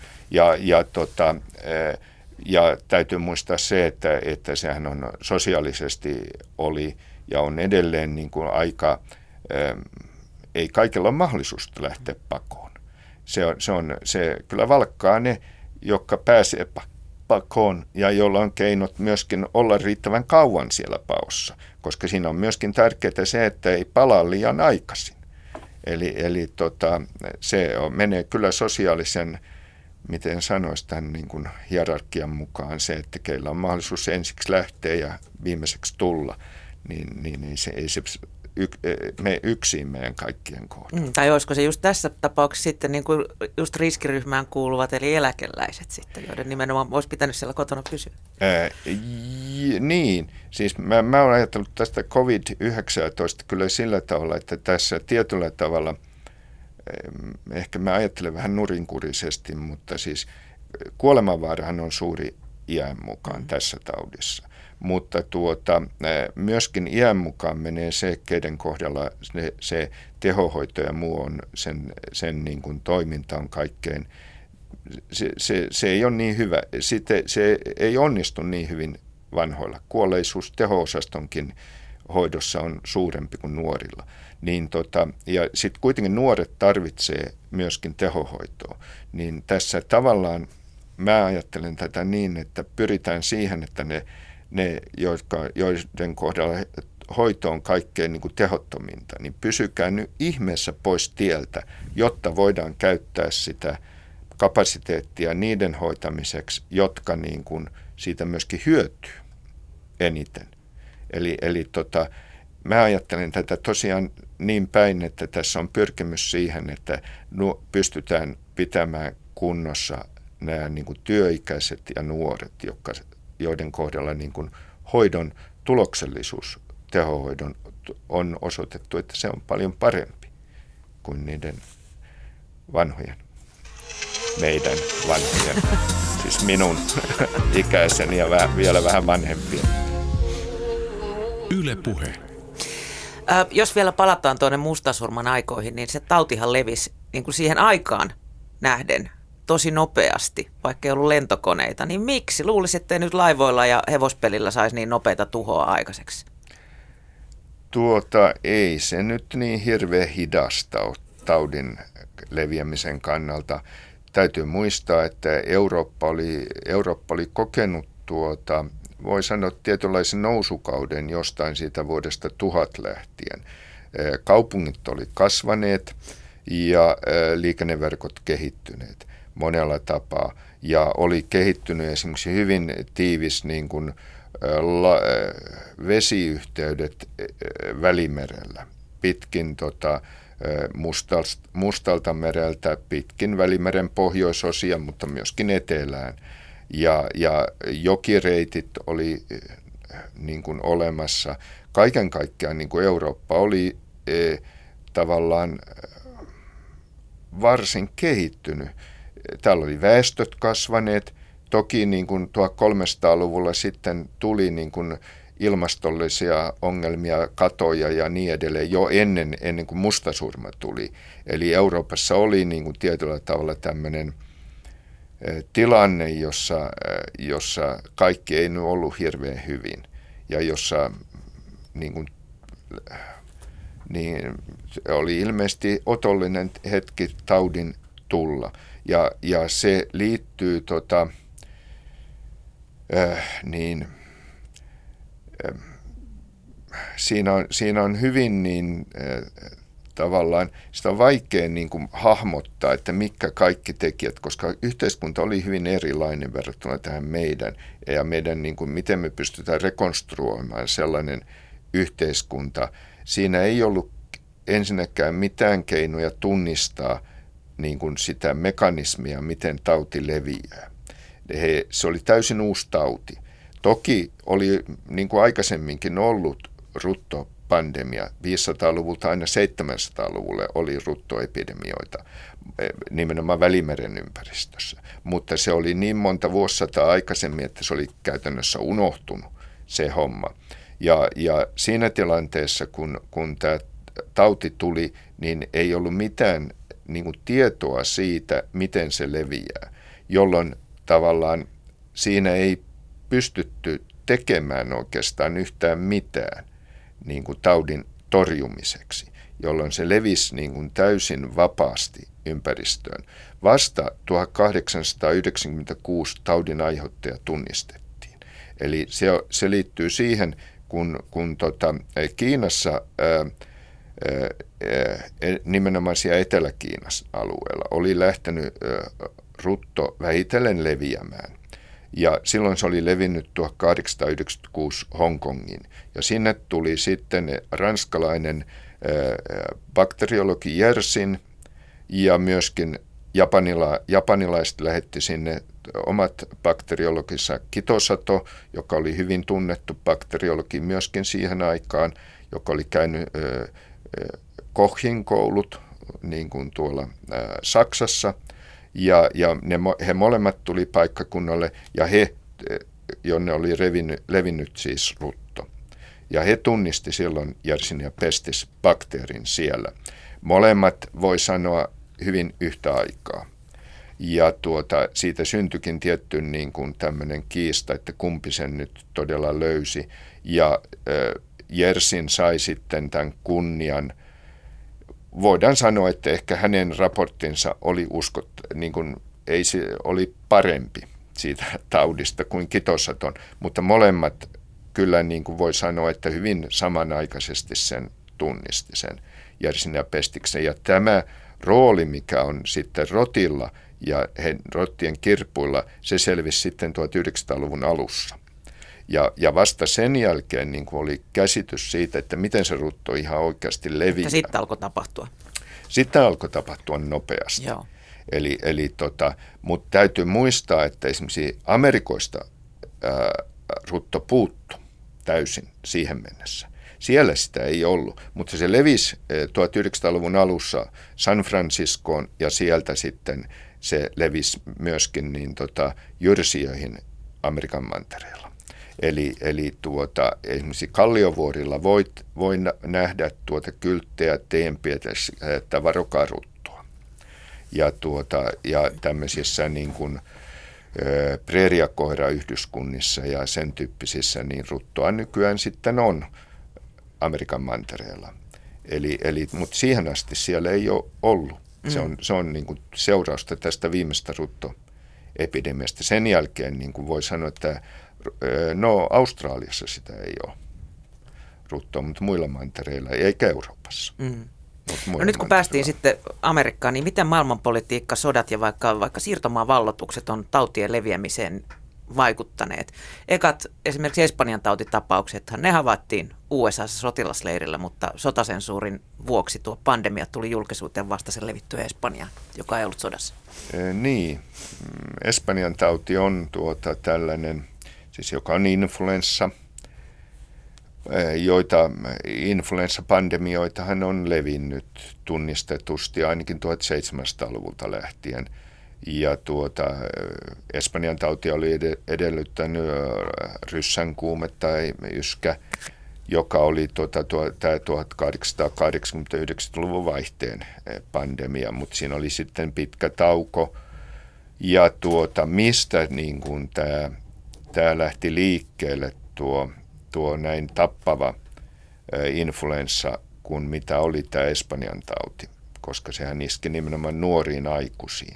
Ja täytyy muistaa se, että sehän on sosiaalisesti oli ja on edelleen niin kuin aika, ei kaikilla ole mahdollisuus lähteä pakoon. Se kyllä valkkaa ne, jotka pääsee pakoon ja joilla on keinot myöskin olla riittävän kauan siellä paossa, koska siinä on myöskin tärkeää se, että ei palaa liian aikaisin. Eli se menee kyllä sosiaalisen, miten sanoisi tämän niin kuin hierarkian mukaan se, että keillä on mahdollisuus ensiksi lähteä ja viimeiseksi tulla, niin se ei se mene yksin meidän kaikkien kohdalla. Tai olisiko se just tässä tapauksessa sitten niin kuin just riskiryhmään kuuluvat, eli eläkeläiset sitten, joiden nimenomaan olisi pitänyt siellä kotona pysyä? Niin, siis mä olen ajatellut tästä COVID-19 kyllä sillä tavalla, että tässä tietyllä tavalla, ehkä mä ajattelen vähän nurinkurisesti, mutta siis kuolemanvaarahan on suuri iän mukaan tässä taudissa. Mutta myöskin iän mukaan menee se, keiden kohdalla se tehohoito ja muu on sen niin kuin toiminta on kaikkein, se ei ole niin hyvä, se ei onnistu niin hyvin vanhoilla. Kuolleisuus teho-osastonkin hoidossa on suurempi kuin nuorilla. Ja sitten kuitenkin nuoret tarvitsee myöskin tehohoitoa. Niin tässä tavallaan mä ajattelen tätä niin, että pyritään siihen, että ne joiden kohdalla hoito on kaikkein niin kuin tehottominta, niin pysykää nyt ihmeessä pois tieltä, jotta voidaan käyttää sitä kapasiteettia niiden hoitamiseksi, jotka niin kuin siitä myöskin hyötyy eniten. Eli mä ajattelen tätä tosiaan niin päin, että tässä on pyrkimys siihen, että pystytään pitämään kunnossa nämä niin kuin työikäiset ja nuoret, joiden kohdalla niin kuin hoidon tuloksellisuus, tehohoidon on osoitettu, että se on paljon parempi kuin niiden vanhojen, meidän vanhojen, siis minun ikäiseni ja vielä vähän vanhempien. Yle Puhe. Jos vielä palataan tuonne mustasurman aikoihin, niin se tautihan levisi niin kuin siihen aikaan nähden tosi nopeasti, vaikka ei ollut lentokoneita, niin miksi? Luulisi, ettei nyt laivoilla ja hevospelillä saisi niin nopeita tuhoa aikaiseksi. Ei se nyt niin hirveän hidasta ole taudin leviämisen kannalta. Täytyy muistaa, että Eurooppa oli kokenut voi sanoa tietynlaisen nousukauden jostain siitä vuodesta 1000 lähtien. Kaupungit oli kasvaneet ja liikenneverkot kehittyneet monella tapaa ja oli kehittynyt esimerkiksi hyvin tiivis niin kuin vesiyhteydet Välimerellä. pitkin Mustalta mereltä, pitkin Välimeren pohjoisosia, mutta myöskin etelään. Ja jokireitit oli niin kuin olemassa. Kaiken kaikkiaan niin kuin Eurooppa oli tavallaan varsin kehittynyt. Täällä oli väestöt kasvaneet. Toki niin kuin 1300-luvulla sitten tuli niin kuin ilmastollisia ongelmia, katoja ja niin edelleen jo ennen kuin mustasurma tuli. Eli Euroopassa oli niin kuin tietyllä tavalla tämmöinen tilanne, jossa kaikki ei nyt ollut hirveän hyvin ja jossa niin oli ilmeisesti otollinen hetki taudin tulla. Ja se liittyy siinä on hyvin tavallaan, sitä on vaikea niin kuin hahmottaa, että mitkä kaikki tekijät, koska yhteiskunta oli hyvin erilainen verrattuna tähän meidän, ja meidän niin kuin, miten me pystytään rekonstruoimaan sellainen yhteiskunta. Siinä ei ollut ensinnäkään mitään keinoja tunnistaa niin kuin sitä mekanismia, miten tauti leviää. Se oli täysin uusi tauti. Toki oli, niin kuin aikaisemminkin ollut, ruttopandemia. 500-luvulta aina 700-luvulle oli ruttoepidemioita, nimenomaan Välimeren ympäristössä. Mutta se oli niin monta vuosisataa aikaisemmin, että se oli käytännössä unohtunut se homma. Ja siinä tilanteessa, kun tämä tauti tuli, niin ei ollut mitään niin kuin tietoa siitä, miten se leviää, jolloin tavallaan siinä ei pystytty tekemään oikeastaan yhtään mitään niin kuin taudin torjumiseksi, jolloin se levisi niin kuin täysin vapaasti ympäristöön. Vasta 1896 taudin aiheuttaja tunnistettiin. Eli se liittyy siihen, kun Kiinassa nimenomaan siellä Etelä-Kiinan alueella oli lähtenyt rutto vähitellen leviämään. Ja silloin se oli levinnyt 1896 Hongkongin. Ja sinne tuli sitten ranskalainen bakteriologi Yersin ja myöskin japanilaiset lähetti sinne omat bakteriologinsa Kitosato, joka oli hyvin tunnettu bakteriologi myöskin siihen aikaan, joka oli käynyt Kochin koulut niin kuin tuolla Saksassa. Ja he molemmat tuli paikkakunnalle ja jonne oli levinnyt siis rutto. Ja he tunnisti silloin Yersinia pestis bakteerin siellä. Molemmat voi sanoa hyvin yhtä aikaa. Ja siitä syntyikin tietty niin kuin tämmöinen kiista, että kumpi sen nyt todella löysi. Ja Yersin sai sitten tämän kunnian. Voidaan sanoa, että ehkä hänen raporttinsa oli oli parempi siitä taudista kuin Kitosaton, mutta molemmat kyllä niin kuin voi sanoa, että hyvin samanaikaisesti sen tunnisti sen Yersinia pestiksen. Ja tämä rooli, mikä on sitten rotilla ja rottien kirpuilla, se selvisi sitten 1900-luvun alussa. Ja vasta sen jälkeen niin kuin oli käsitys siitä, että miten se rutto ihan oikeasti leviää. Mutta sitten alkoi tapahtua. Sitten alkoi tapahtua nopeasti. Joo. Mutta täytyy muistaa, että esimerkiksi Amerikoista rutto puuttui täysin siihen mennessä. Siellä sitä ei ollut, mutta se levisi 1900-luvun alussa San Franciscoon ja sieltä sitten se levisi myöskin jyrsijöihin Amerikan mantereella. Eli esimerkiksi Kalliovuorilla voi nähdä kylttejä että varokaa ruttoa. Ja tämmöisissä niin kuin preeriakoirayhdyskunnissa ja sen tyyppisissä, niin ruttoa nykyään sitten on Amerikan mantereella. Mutta siihen asti siellä ei ole ollut. Se on niin kuin seurausta tästä viimeistä ruttoepidemiasta. Sen jälkeen niin kuin voi sanoa, että Australiassa sitä ei ole ruttoa, mutta muilla mantereilla eikä Euroopassa. No nyt kun päästiin sitten Amerikkaan, niin miten maailmanpolitiikka, sodat ja vaikka siirtomaavalloitukset on tautien leviämiseen vaikuttaneet. Ekat esimerkiksi Espanjan tautitapauksethan, ne havaittiin USA:ssa sotilasleirillä, mutta sotasensuurin vuoksi tuo pandemia tuli julkisuuteen vasta sen levittyä Espanjaan, joka ei ollut sodassa. Niin, Espanjan tauti on tällainen, siis joka on influenssa, joita influenssapandemioitahan on levinnyt tunnistetusti ainakin 1700-luvulta lähtien. Ja Espanjan tauti oli edellyttänyt ryssänkuume tai yskä, joka oli 1889-luvun vaihteen pandemia, mutta siinä oli sitten pitkä tauko. Ja mistä niin kun tämä lähti liikkeelle tuo näin tappava influenssa kuin mitä oli tämä Espanjan tauti, koska sehän iski nimenomaan nuoriin aikuisiin.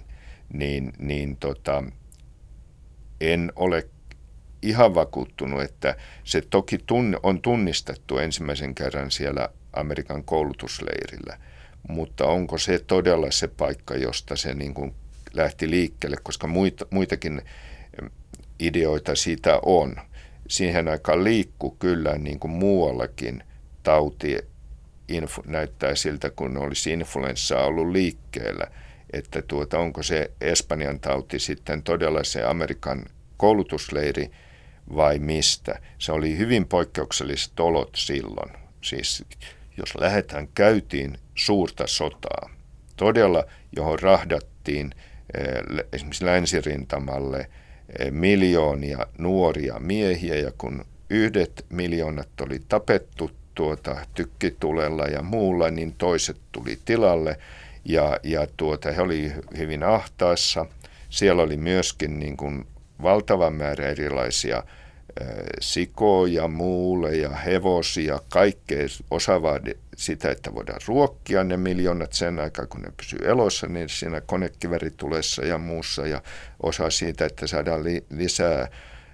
En ole ihan vakuuttunut, että se toki on tunnistettu ensimmäisen kerran siellä Amerikan koulutusleirillä, mutta onko se todella se paikka, josta se niin kuin lähti liikkeelle, koska muitakin ideoita siitä on. Siihen aikaan liikkuu kyllä niin kuin muuallakin tauti näyttää siltä, kun olisi influenssaa ollut liikkeellä, että onko se Espanjan tauti sitten todella se Amerikan koulutusleiri vai mistä. Se oli hyvin poikkeukselliset olot silloin. Siis jos käytiin suurta sotaa, todella johon rahdattiin esimerkiksi länsirintamalle miljoonia nuoria miehiä, ja kun 1 miljoonat oli tapettu tykkitulella ja muulla, niin toiset tuli tilalle. Ja he oli hyvin ahtaassa. Siellä oli myöskin niin kuin valtava määrä erilaisia sikoja, muuleja, hevosia, kaikkea osaavaa sitä, että voidaan ruokkia ne miljoonat sen aikaa, kun ne pysyy elossa, niin siinä konekiväritulessa ja muussa, ja osa siitä, että saadaan lisää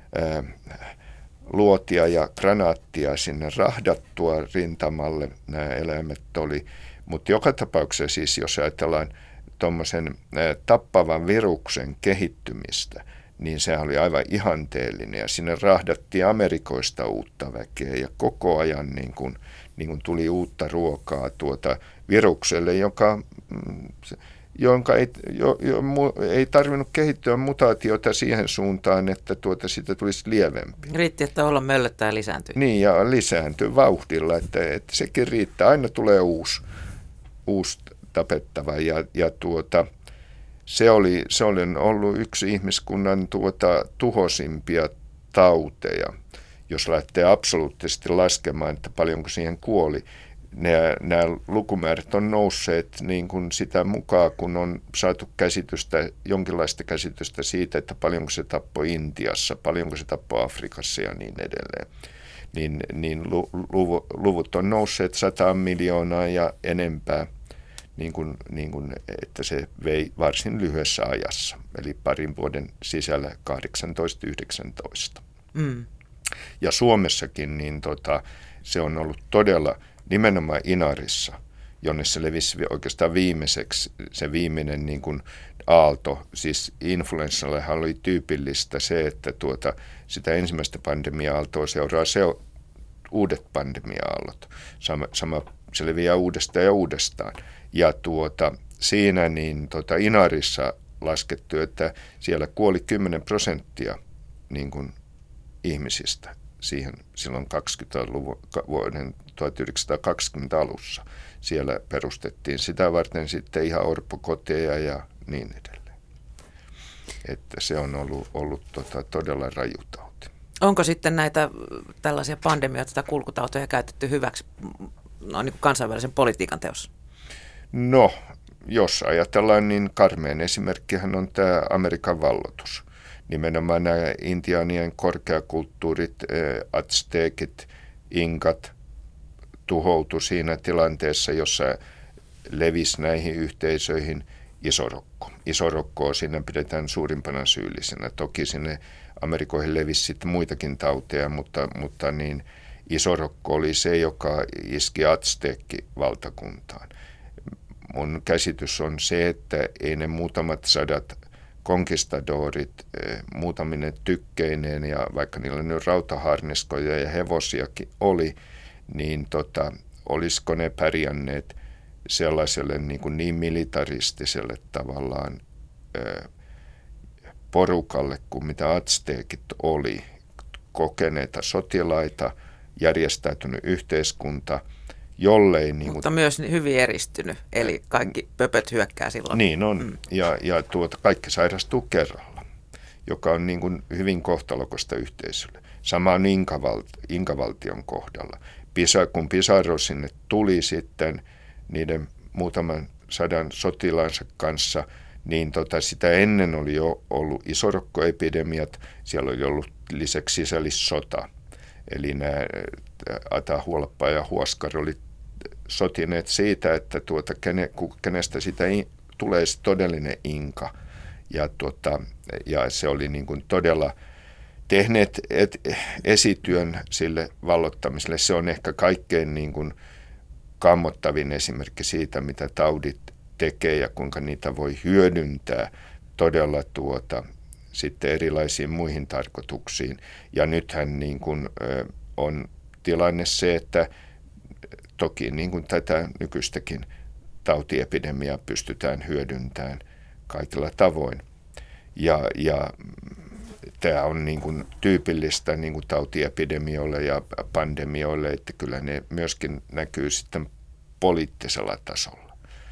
luotia ja granaattia sinne rahdattua rintamalle, nämä eläimet oli. Mutta joka tapauksessa siis, jos ajatellaan tuommoisen tappavan viruksen kehittymistä, niin se oli aivan ihanteellinen. Ja sinne rahdattiin Amerikoista uutta väkeä ja koko ajan niin kun tuli uutta ruokaa virukselle, jonka ei tarvinnut kehittyä mutaatiota siihen suuntaan, että siitä tulisi lievempi. Riitti, että olla möllöttää ja lisääntyy. Niin, ja lisääntyy vauhdilla, että sekin riittää. Aina tulee uusi tapettava, ja se oli ollut yksi ihmiskunnan tuhosimpia tauteja, jos lähtee absoluuttisesti laskemaan, että paljonko siihen kuoli. Nämä lukumäärät on nousseet niin kuin sitä mukaan, kun on saatu jonkinlaista käsitystä siitä, että paljonko se tappoi Intiassa, paljonko se tappoi Afrikassa ja niin edelleen. Luvut on nousseet 100 miljoonaa ja enempää, niin kuin, että se vei varsin lyhyessä ajassa, eli parin vuoden sisällä 18-19. Mm. Ja Suomessakin niin se on ollut todella nimenomaan Inarissa, jonne se levisi oikeastaan viimeiseksi, se viimeinen niin kuin aalto. Siis influenssallehan oli tyypillistä se, että sitä ensimmäistä pandemia-aaltoa seuraa uudet pandemia-aallot. Sama se leviää uudestaan ja uudestaan. Ja siinä niin Inarissa laskettu, että siellä kuoli 10% niin kuin ihmisistä siihen silloin 20-luvun vuoden 1920 alussa. Siellä perustettiin sitä varten sitten ihan orpokoteja ja niin edelleen. Että se on ollut todella raju tauti. Onko sitten näitä tällaisia pandemioita tai kulkutautoja käytetty hyväksi niin kuin kansainvälisen politiikan teossa? No, jos ajatellaan, niin karmeen esimerkkihän on tämä Amerikan valloitus. Nimenomaan nämä intiaanien korkeakulttuurit, aztekit, inkat tuhoutu siinä tilanteessa, jossa levisi näihin yhteisöihin isorokko. Isorokkoa siinä pidetään suurimpana syyllisenä. Toki sinne Amerikoihin levisi sitten muitakin tauteja, mutta niin isorokko oli se, joka iski aztekki-valtakuntaan. Mun käsitys on se, että ei ne muutamat sadat konkistadorit muutaminen tykkeineen ja vaikka niillä nyt rautaharniskoja ja hevosiakin oli, niin olisiko ne pärjänneet sellaiselle niin militaristiselle tavallaan porukalle kuin mitä atsteekit oli, kokeneita sotilaita, järjestäytynyt yhteiskunta, jollei... Mutta myös hyvin eristynyt, eli kaikki pöpöt hyökkää silloin. Niin on, ja kaikki sairastuu kerralla, joka on niin kuin hyvin kohtalokosta yhteisölle. Sama on Inkavaltion kohdalla. Kun Pizarro sinne tuli sitten niiden muutaman 100 sotilaansa kanssa, niin sitä ennen oli jo ollut isorokkoepidemiat, siellä oli ollut lisäksi sisällissota. Eli nämä Atahualpa ja Huascar oli sotineet siitä, että kenestä sitä tulee todellinen inka. Ja se oli niin kuin todella tehneet esityön sille vallottamiselle. Se on ehkä kaikkein niin kuin kammottavin esimerkki siitä, mitä taudit tekee ja kuinka niitä voi hyödyntää todella sitten erilaisiin muihin tarkoituksiin. Ja nythän niin kuin, on tilanne se, että toki niin kuin tätä nykyistäkin tautiepidemiaa pystytään hyödyntämään kaikilla tavoin. Ja tämä on niin kuin tyypillistä niin kuin tautiepidemioille ja pandemioille, että kyllä ne myöskin näkyy sitten poliittisella tasolla.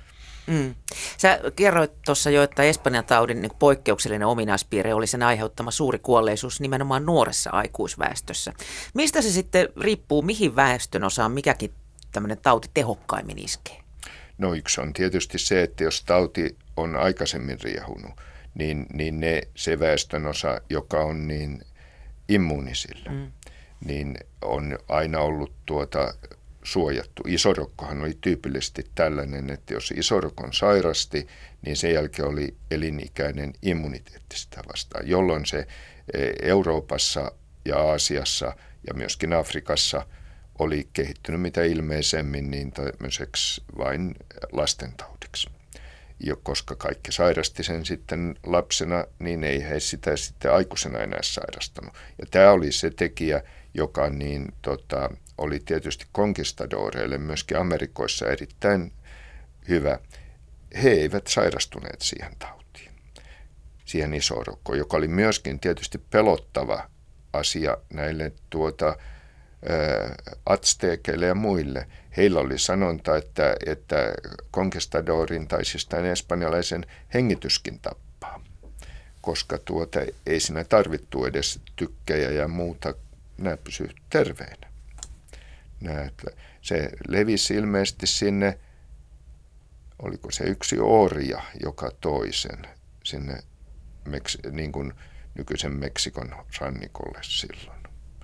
Sä kerroit tuossa jo, että Espanjan taudin niin poikkeuksellinen ominaispiirre oli sen aiheuttama suuri kuolleisuus nimenomaan nuoressa aikuisväestössä. Mistä se sitten riippuu, mihin väestönosaan mikäkin tämmöinen tauti tehokkaimmin iskee? No yksi on tietysti se, että jos tauti on aikaisemmin riehunut, niin se väestönosa, joka on niin immuunisilla, niin on aina ollut suojattu. Isorokkohan oli tyypillisesti tällainen, että jos isorokon sairasti, niin sen jälkeen oli elinikäinen immuniteetti sitä vastaan, jolloin se Euroopassa ja Aasiassa ja myöskin Afrikassa oli kehittynyt mitä ilmeisemmin niin tämmöiseksi vain lastentaudiksi. Ja koska kaikki sairasti sen sitten lapsena, niin ei he sitä sitten aikuisena enää sairastanut. Ja tämä oli se tekijä, joka niin, oli tietysti konkistadoreille myöskin Amerikoissa erittäin hyvä. He eivät sairastuneet siihen tautiin, siihen isorokkoon, joka oli myöskin tietysti pelottava asia näille atsteekeille ja muille. Heillä oli sanonta, että konkistadorin tai siis tämän espanjalaisen hengityskin tappaa, koska ei siinä tarvittu edes tykkejä ja muuta, nämä pysyivät terveinä. Se levisi ilmeisesti sinne, oliko se yksi orja, joka toi sen sinne niin kuin nykyisen Meksikon rannikolle silloin.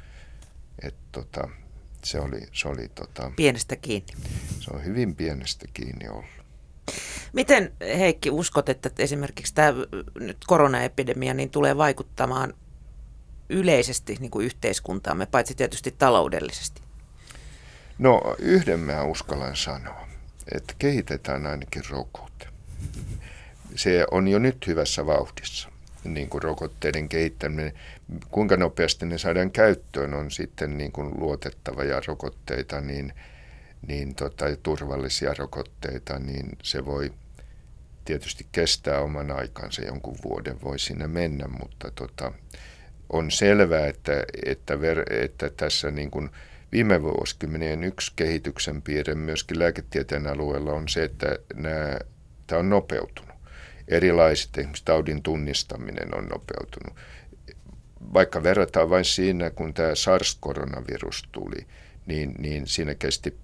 Se oli pienestä kiinni. Se on hyvin pienestä kiinni ollut. Miten, Heikki, uskot, että esimerkiksi tämä nyt koronaepidemia niin tulee vaikuttamaan yleisesti niin kuin yhteiskuntaamme, paitsi tietysti taloudellisesti? No yhden mä uskallan sanoa, että kehitetään ainakin rokote. Se on jo nyt hyvässä vauhdissa, niin kuin rokotteiden kehittäminen. Kuinka nopeasti ne saadaan käyttöön on sitten niin kuin luotettavia rokotteita, turvallisia rokotteita, niin se voi tietysti kestää oman aikansa, jonkun vuoden voi siinä mennä, mutta on selvää, että tässä niin kuin viime vuosikymmenien yksi kehityksen piirre myöskin lääketieteen alueella on se, että tämä on nopeutunut. Erilaiset, esimerkiksi taudin tunnistaminen on nopeutunut. Vaikka verrataan vain siinä, kun tämä SARS-koronavirus tuli, niin siinä kesti,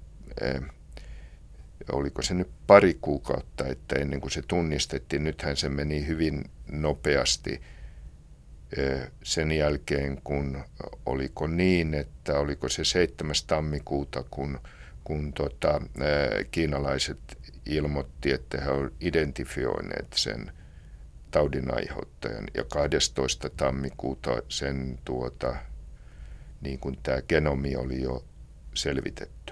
oliko se nyt pari kuukautta, että ennen kuin se tunnistettiin, nythän se meni hyvin nopeasti sen jälkeen, kun oliko niin, että oliko se 7. tammikuuta, kun kiinalaiset ilmoitti, että he ovat identifioineet sen taudin aiheuttajan ja 12. tammikuuta sen niin kuin tämä genomi oli jo selvitetty.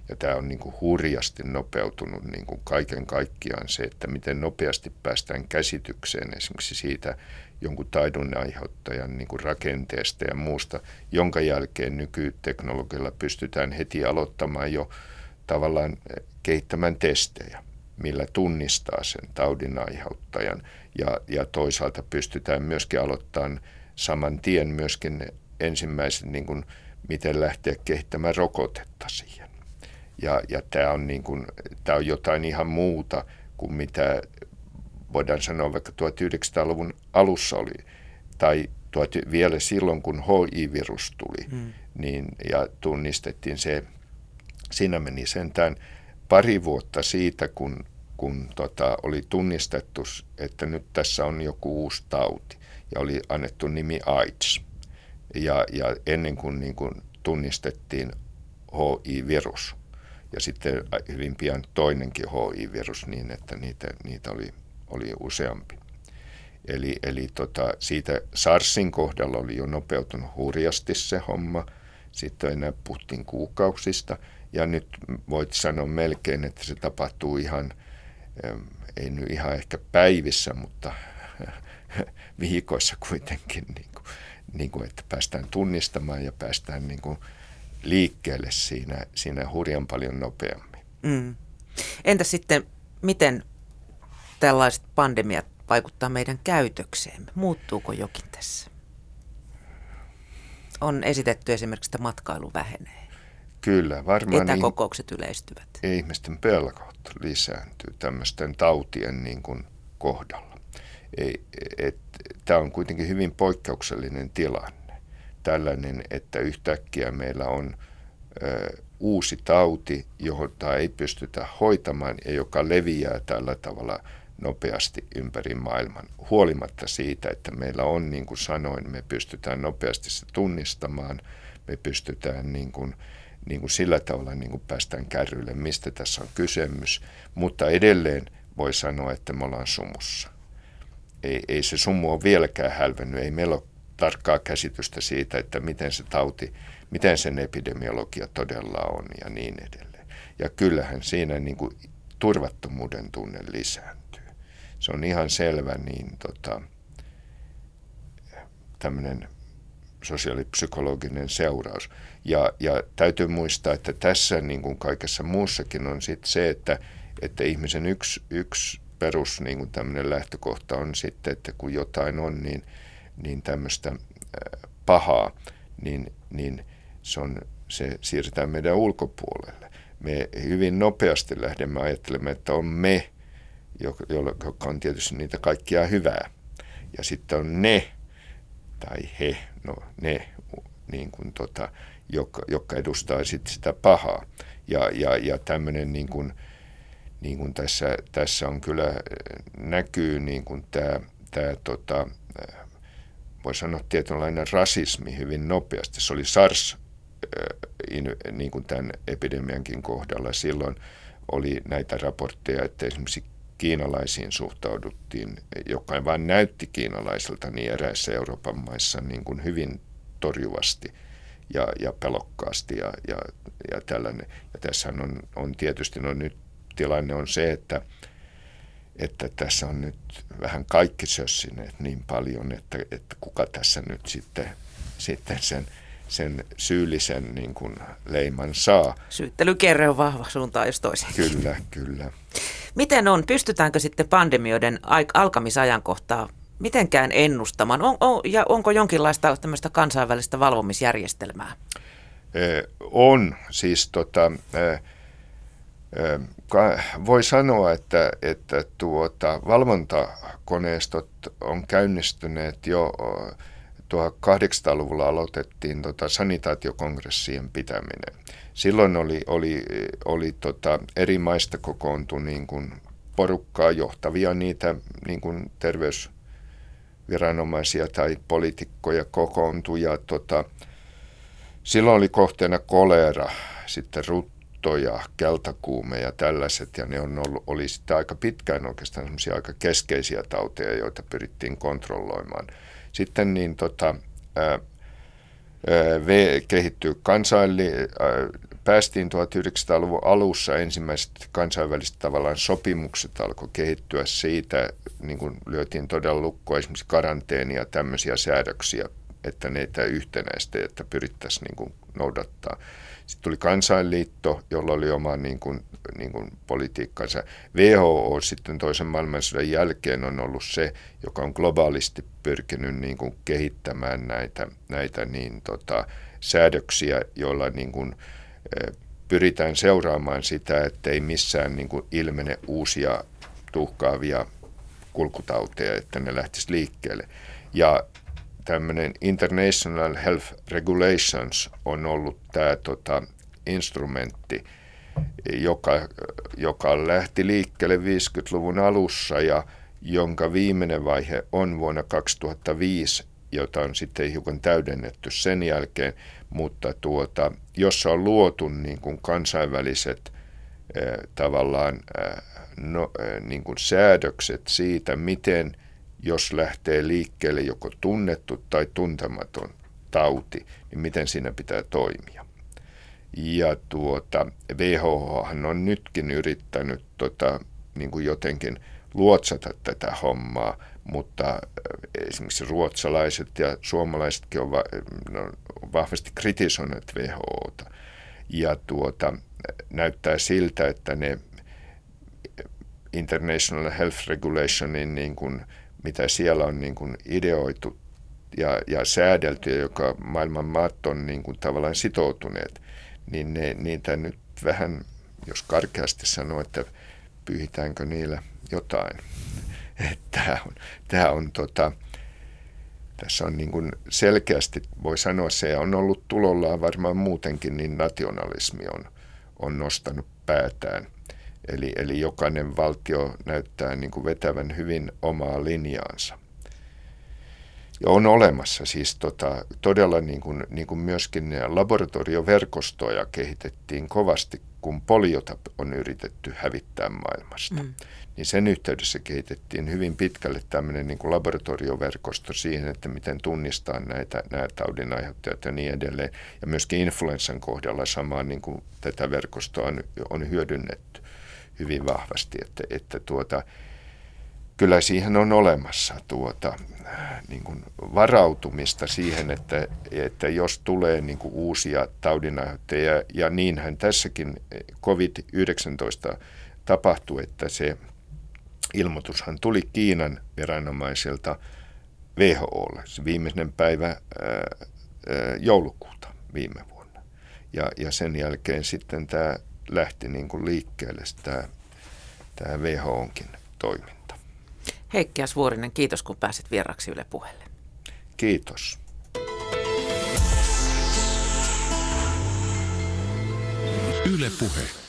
Ja tämä on niin kuin hurjasti nopeutunut niin kuin kaiken kaikkiaan se, että miten nopeasti päästään käsitykseen esimerkiksi siitä jonkun taidon aiheuttajan niin kuin rakenteesta ja muusta, jonka jälkeen nykyteknologialla pystytään heti aloittamaan jo tavallaan kehittämään testejä, millä tunnistaa sen taudin aiheuttajan. Ja toisaalta pystytään myöskin aloittamaan saman tien myöskin ensimmäisen, niin kuin, miten lähteä kehittämään rokotetta siihen. Ja tämä on, niin kuin, tämä on jotain ihan muuta kuin mitä voidaan sanoa vaikka 1900-luvun alussa oli, tai vielä silloin, kun HIV-virus tuli, niin, ja tunnistettiin se. Siinä meni sentään pari vuotta siitä, kun oli tunnistettu, että nyt tässä on joku uusi tauti, ja oli annettu nimi AIDS. Ja ennen kuin, tunnistettiin HIV-virus, ja sitten hyvin pian toinenkin HIV-virus niin, että niitä oli useampi. Eli siitä SARSin kohdalla oli jo nopeutunut hurjasti se homma, sitten enää puhuttiin kuukausista, ja nyt voit sanoa melkein, että se tapahtuu ihan, ei nyt ihan ehkä päivissä, mutta viikoissa kuitenkin, niin kuin, että päästään tunnistamaan ja päästään niin kuin liikkeelle siinä hurjan paljon nopeammin. Entä sitten, miten tällaiset pandemiat vaikuttaa meidän käytökseemme? Muuttuuko jokin tässä? On esitetty esimerkiksi, että matkailu vähenee. Kyllä, varmaan etäkokoukset yleistyvät. Ihmisten pelko lisääntyy tämmöisten tautien niin kuin kohdalla. Tämä on kuitenkin hyvin poikkeuksellinen tilanne. Tällainen, että yhtäkkiä meillä on uusi tauti, jota ei pystytä hoitamaan ja joka leviää tällä tavalla nopeasti ympäri maailman. Huolimatta siitä, että meillä on, niin kuin sanoin, me pystytään nopeasti se tunnistamaan, me pystytään niin kuin sillä tavalla niin kuin päästään kärryille, mistä tässä on kysymys, mutta edelleen voi sanoa, että me ollaan sumussa. Ei se sumu ole vieläkään hälvennyt, ei meillä ole tarkkaa käsitystä siitä, että miten se tauti, miten sen epidemiologia todella on ja niin edelleen. Ja kyllähän siinä niin kuin turvattomuuden tunne lisääntyy. Se on ihan selvä tämmöinen sosiaalipsykologinen seuraus. Ja täytyy muistaa, että tässä niin kuin kaikessa muussakin on sit se, että ihmisen yksi perus niin kuin tämmöinen lähtökohta on sitten, että kun jotain on, niin tämmöistä pahaa, niin se siirretään meidän ulkopuolelle. Me hyvin nopeasti lähdemme ajattelemaan, että on me, joka on tietysti niitä kaikkia hyvää. Ja sitten on ne, tai he, ne, niin kuin jotka edustaa sitten sitä pahaa. Ja tämmöinen niin kuin tässä on kyllä näkyy niin kuin tämä voi sanoa tietynlainen rasismi hyvin nopeasti. Se oli SARS niin kuin tämän epidemiankin kohdalla. Silloin oli näitä raportteja, että esimerkiksi kiinalaisiin suhtauduttiin, joka vain näytti kiinalaiselta niin eräissä Euroopan maissa niin kuin hyvin torjuvasti ja pelokkaasti ja tällainen. Ja tässä on tietysti nyt tilanne on se, että tässä on nyt vähän kaikki sössineet niin paljon, että kuka tässä nyt sitten sen syyllisen niin kuin leiman saa. Syyttelykerre on vahva suuntaan jos toiseen. Kyllä. Miten on? Pystytäänkö sitten pandemioiden alkamisajankohtaa mitenkään ennustamaan? Ja onko jonkinlaista tämmöistä kansainvälistä valvomisjärjestelmää? On. Siis voi sanoa, että valvontakoneistot on käynnistyneet jo 1800-luvulla aloitettiin sanitaatiokongressien pitäminen. Silloin oli eri maista kokoontui niin kuin porukkaa johtavia niitä niin kuin terveysviranomaisia tai poliitikkoja kokoontui ja silloin oli kohteena kolera, sitten rutto ja keltakuume ja tällaiset ja ne oli sitten aika pitkään oikeastaan semmoisia aika keskeisiä tauteja, joita pyrittiin kontrolloimaan. Sitten päästiin 1900-luvun alussa ensimmäiset kansainväliset tavallaan sopimukset alkoi kehittyä siitä, niin kuin lyötiin todella lukkoa esimerkiksi karanteenia ja tämmöisiä säädöksiä, että ne ei yhtenäistä, että pyrittäisiin niin kuin noudattaa. Sitten tuli Kansainliitto, jolla oli oma niin kuin politiikkansa. WHO sitten toisen maailmansodan jälkeen on ollut se, joka on globaalisti pyrkinyt niin kuin kehittämään näitä säädöksiä, joilla niin kuin, pyritään seuraamaan sitä, että ei missään niin kuin ilmene uusia tuhkaavia kulkutauteja, että ne lähtisi liikkeelle. Ja tämmöinen International Health Regulations on ollut tämä instrumentti, joka lähti liikkeelle 50-luvun alussa ja jonka viimeinen vaihe on vuonna 2005, jota on sitten hiukan täydennetty sen jälkeen, mutta jossa on luotu niin kuin kansainväliset tavallaan niin kuin säädökset siitä, miten jos lähtee liikkeelle joko tunnettu tai tuntematon tauti, niin miten siinä pitää toimia. Ja WHOhan on nytkin yrittänyt niin kuin jotenkin luotsata tätä hommaa, mutta esimerkiksi ruotsalaiset ja suomalaisetkin on vahvasti kritisoineet WHOta. Ja näyttää siltä, että ne International Health Regulationin niin kuin mitä siellä on niin kuin ideoitu ja säädelty, ja joka maailman maat on niin kuin tavallaan sitoutuneet, niin niitä nyt vähän, jos karkeasti sanoo, että pyyhitäänkö niillä jotain. Tässä on niin kuin selkeästi, voi sanoa, se on ollut tulollaan varmaan muutenkin, niin nationalismi on nostanut päätään. Eli jokainen valtio näyttää niin kuin vetävän hyvin omaa linjaansa. Ja on olemassa siis todella niin kuin myöskin laboratorioverkostoja kehitettiin kovasti, kun poliota on yritetty hävittää maailmasta. Niin sen yhteydessä kehitettiin hyvin pitkälle tämmöinen niin kuin laboratorioverkosto siihen, että miten tunnistaa nämä taudinaiheuttajat ja niin edelleen. Ja myöskin influenssan kohdalla samaan niin kuin tätä verkostoa on hyödynnetty hyvin vahvasti, että kyllä siihen on olemassa niin kuin varautumista siihen, että jos tulee niin kuin uusia taudinaiheuttajia, ja niinhän tässäkin COVID-19 tapahtui, että se ilmoitushan tuli Kiinan viranomaisilta WHOlle, se viimeinen päivä joulukuuta viime vuonna. Ja sen jälkeen sitten tämä lähti niin kuin liikkeelle tämä WHOnkin toiminta. Heikki Vuorinen, kiitos kun pääsit vieraksi Yle Puheelle. Kiitos. Yle Puhe.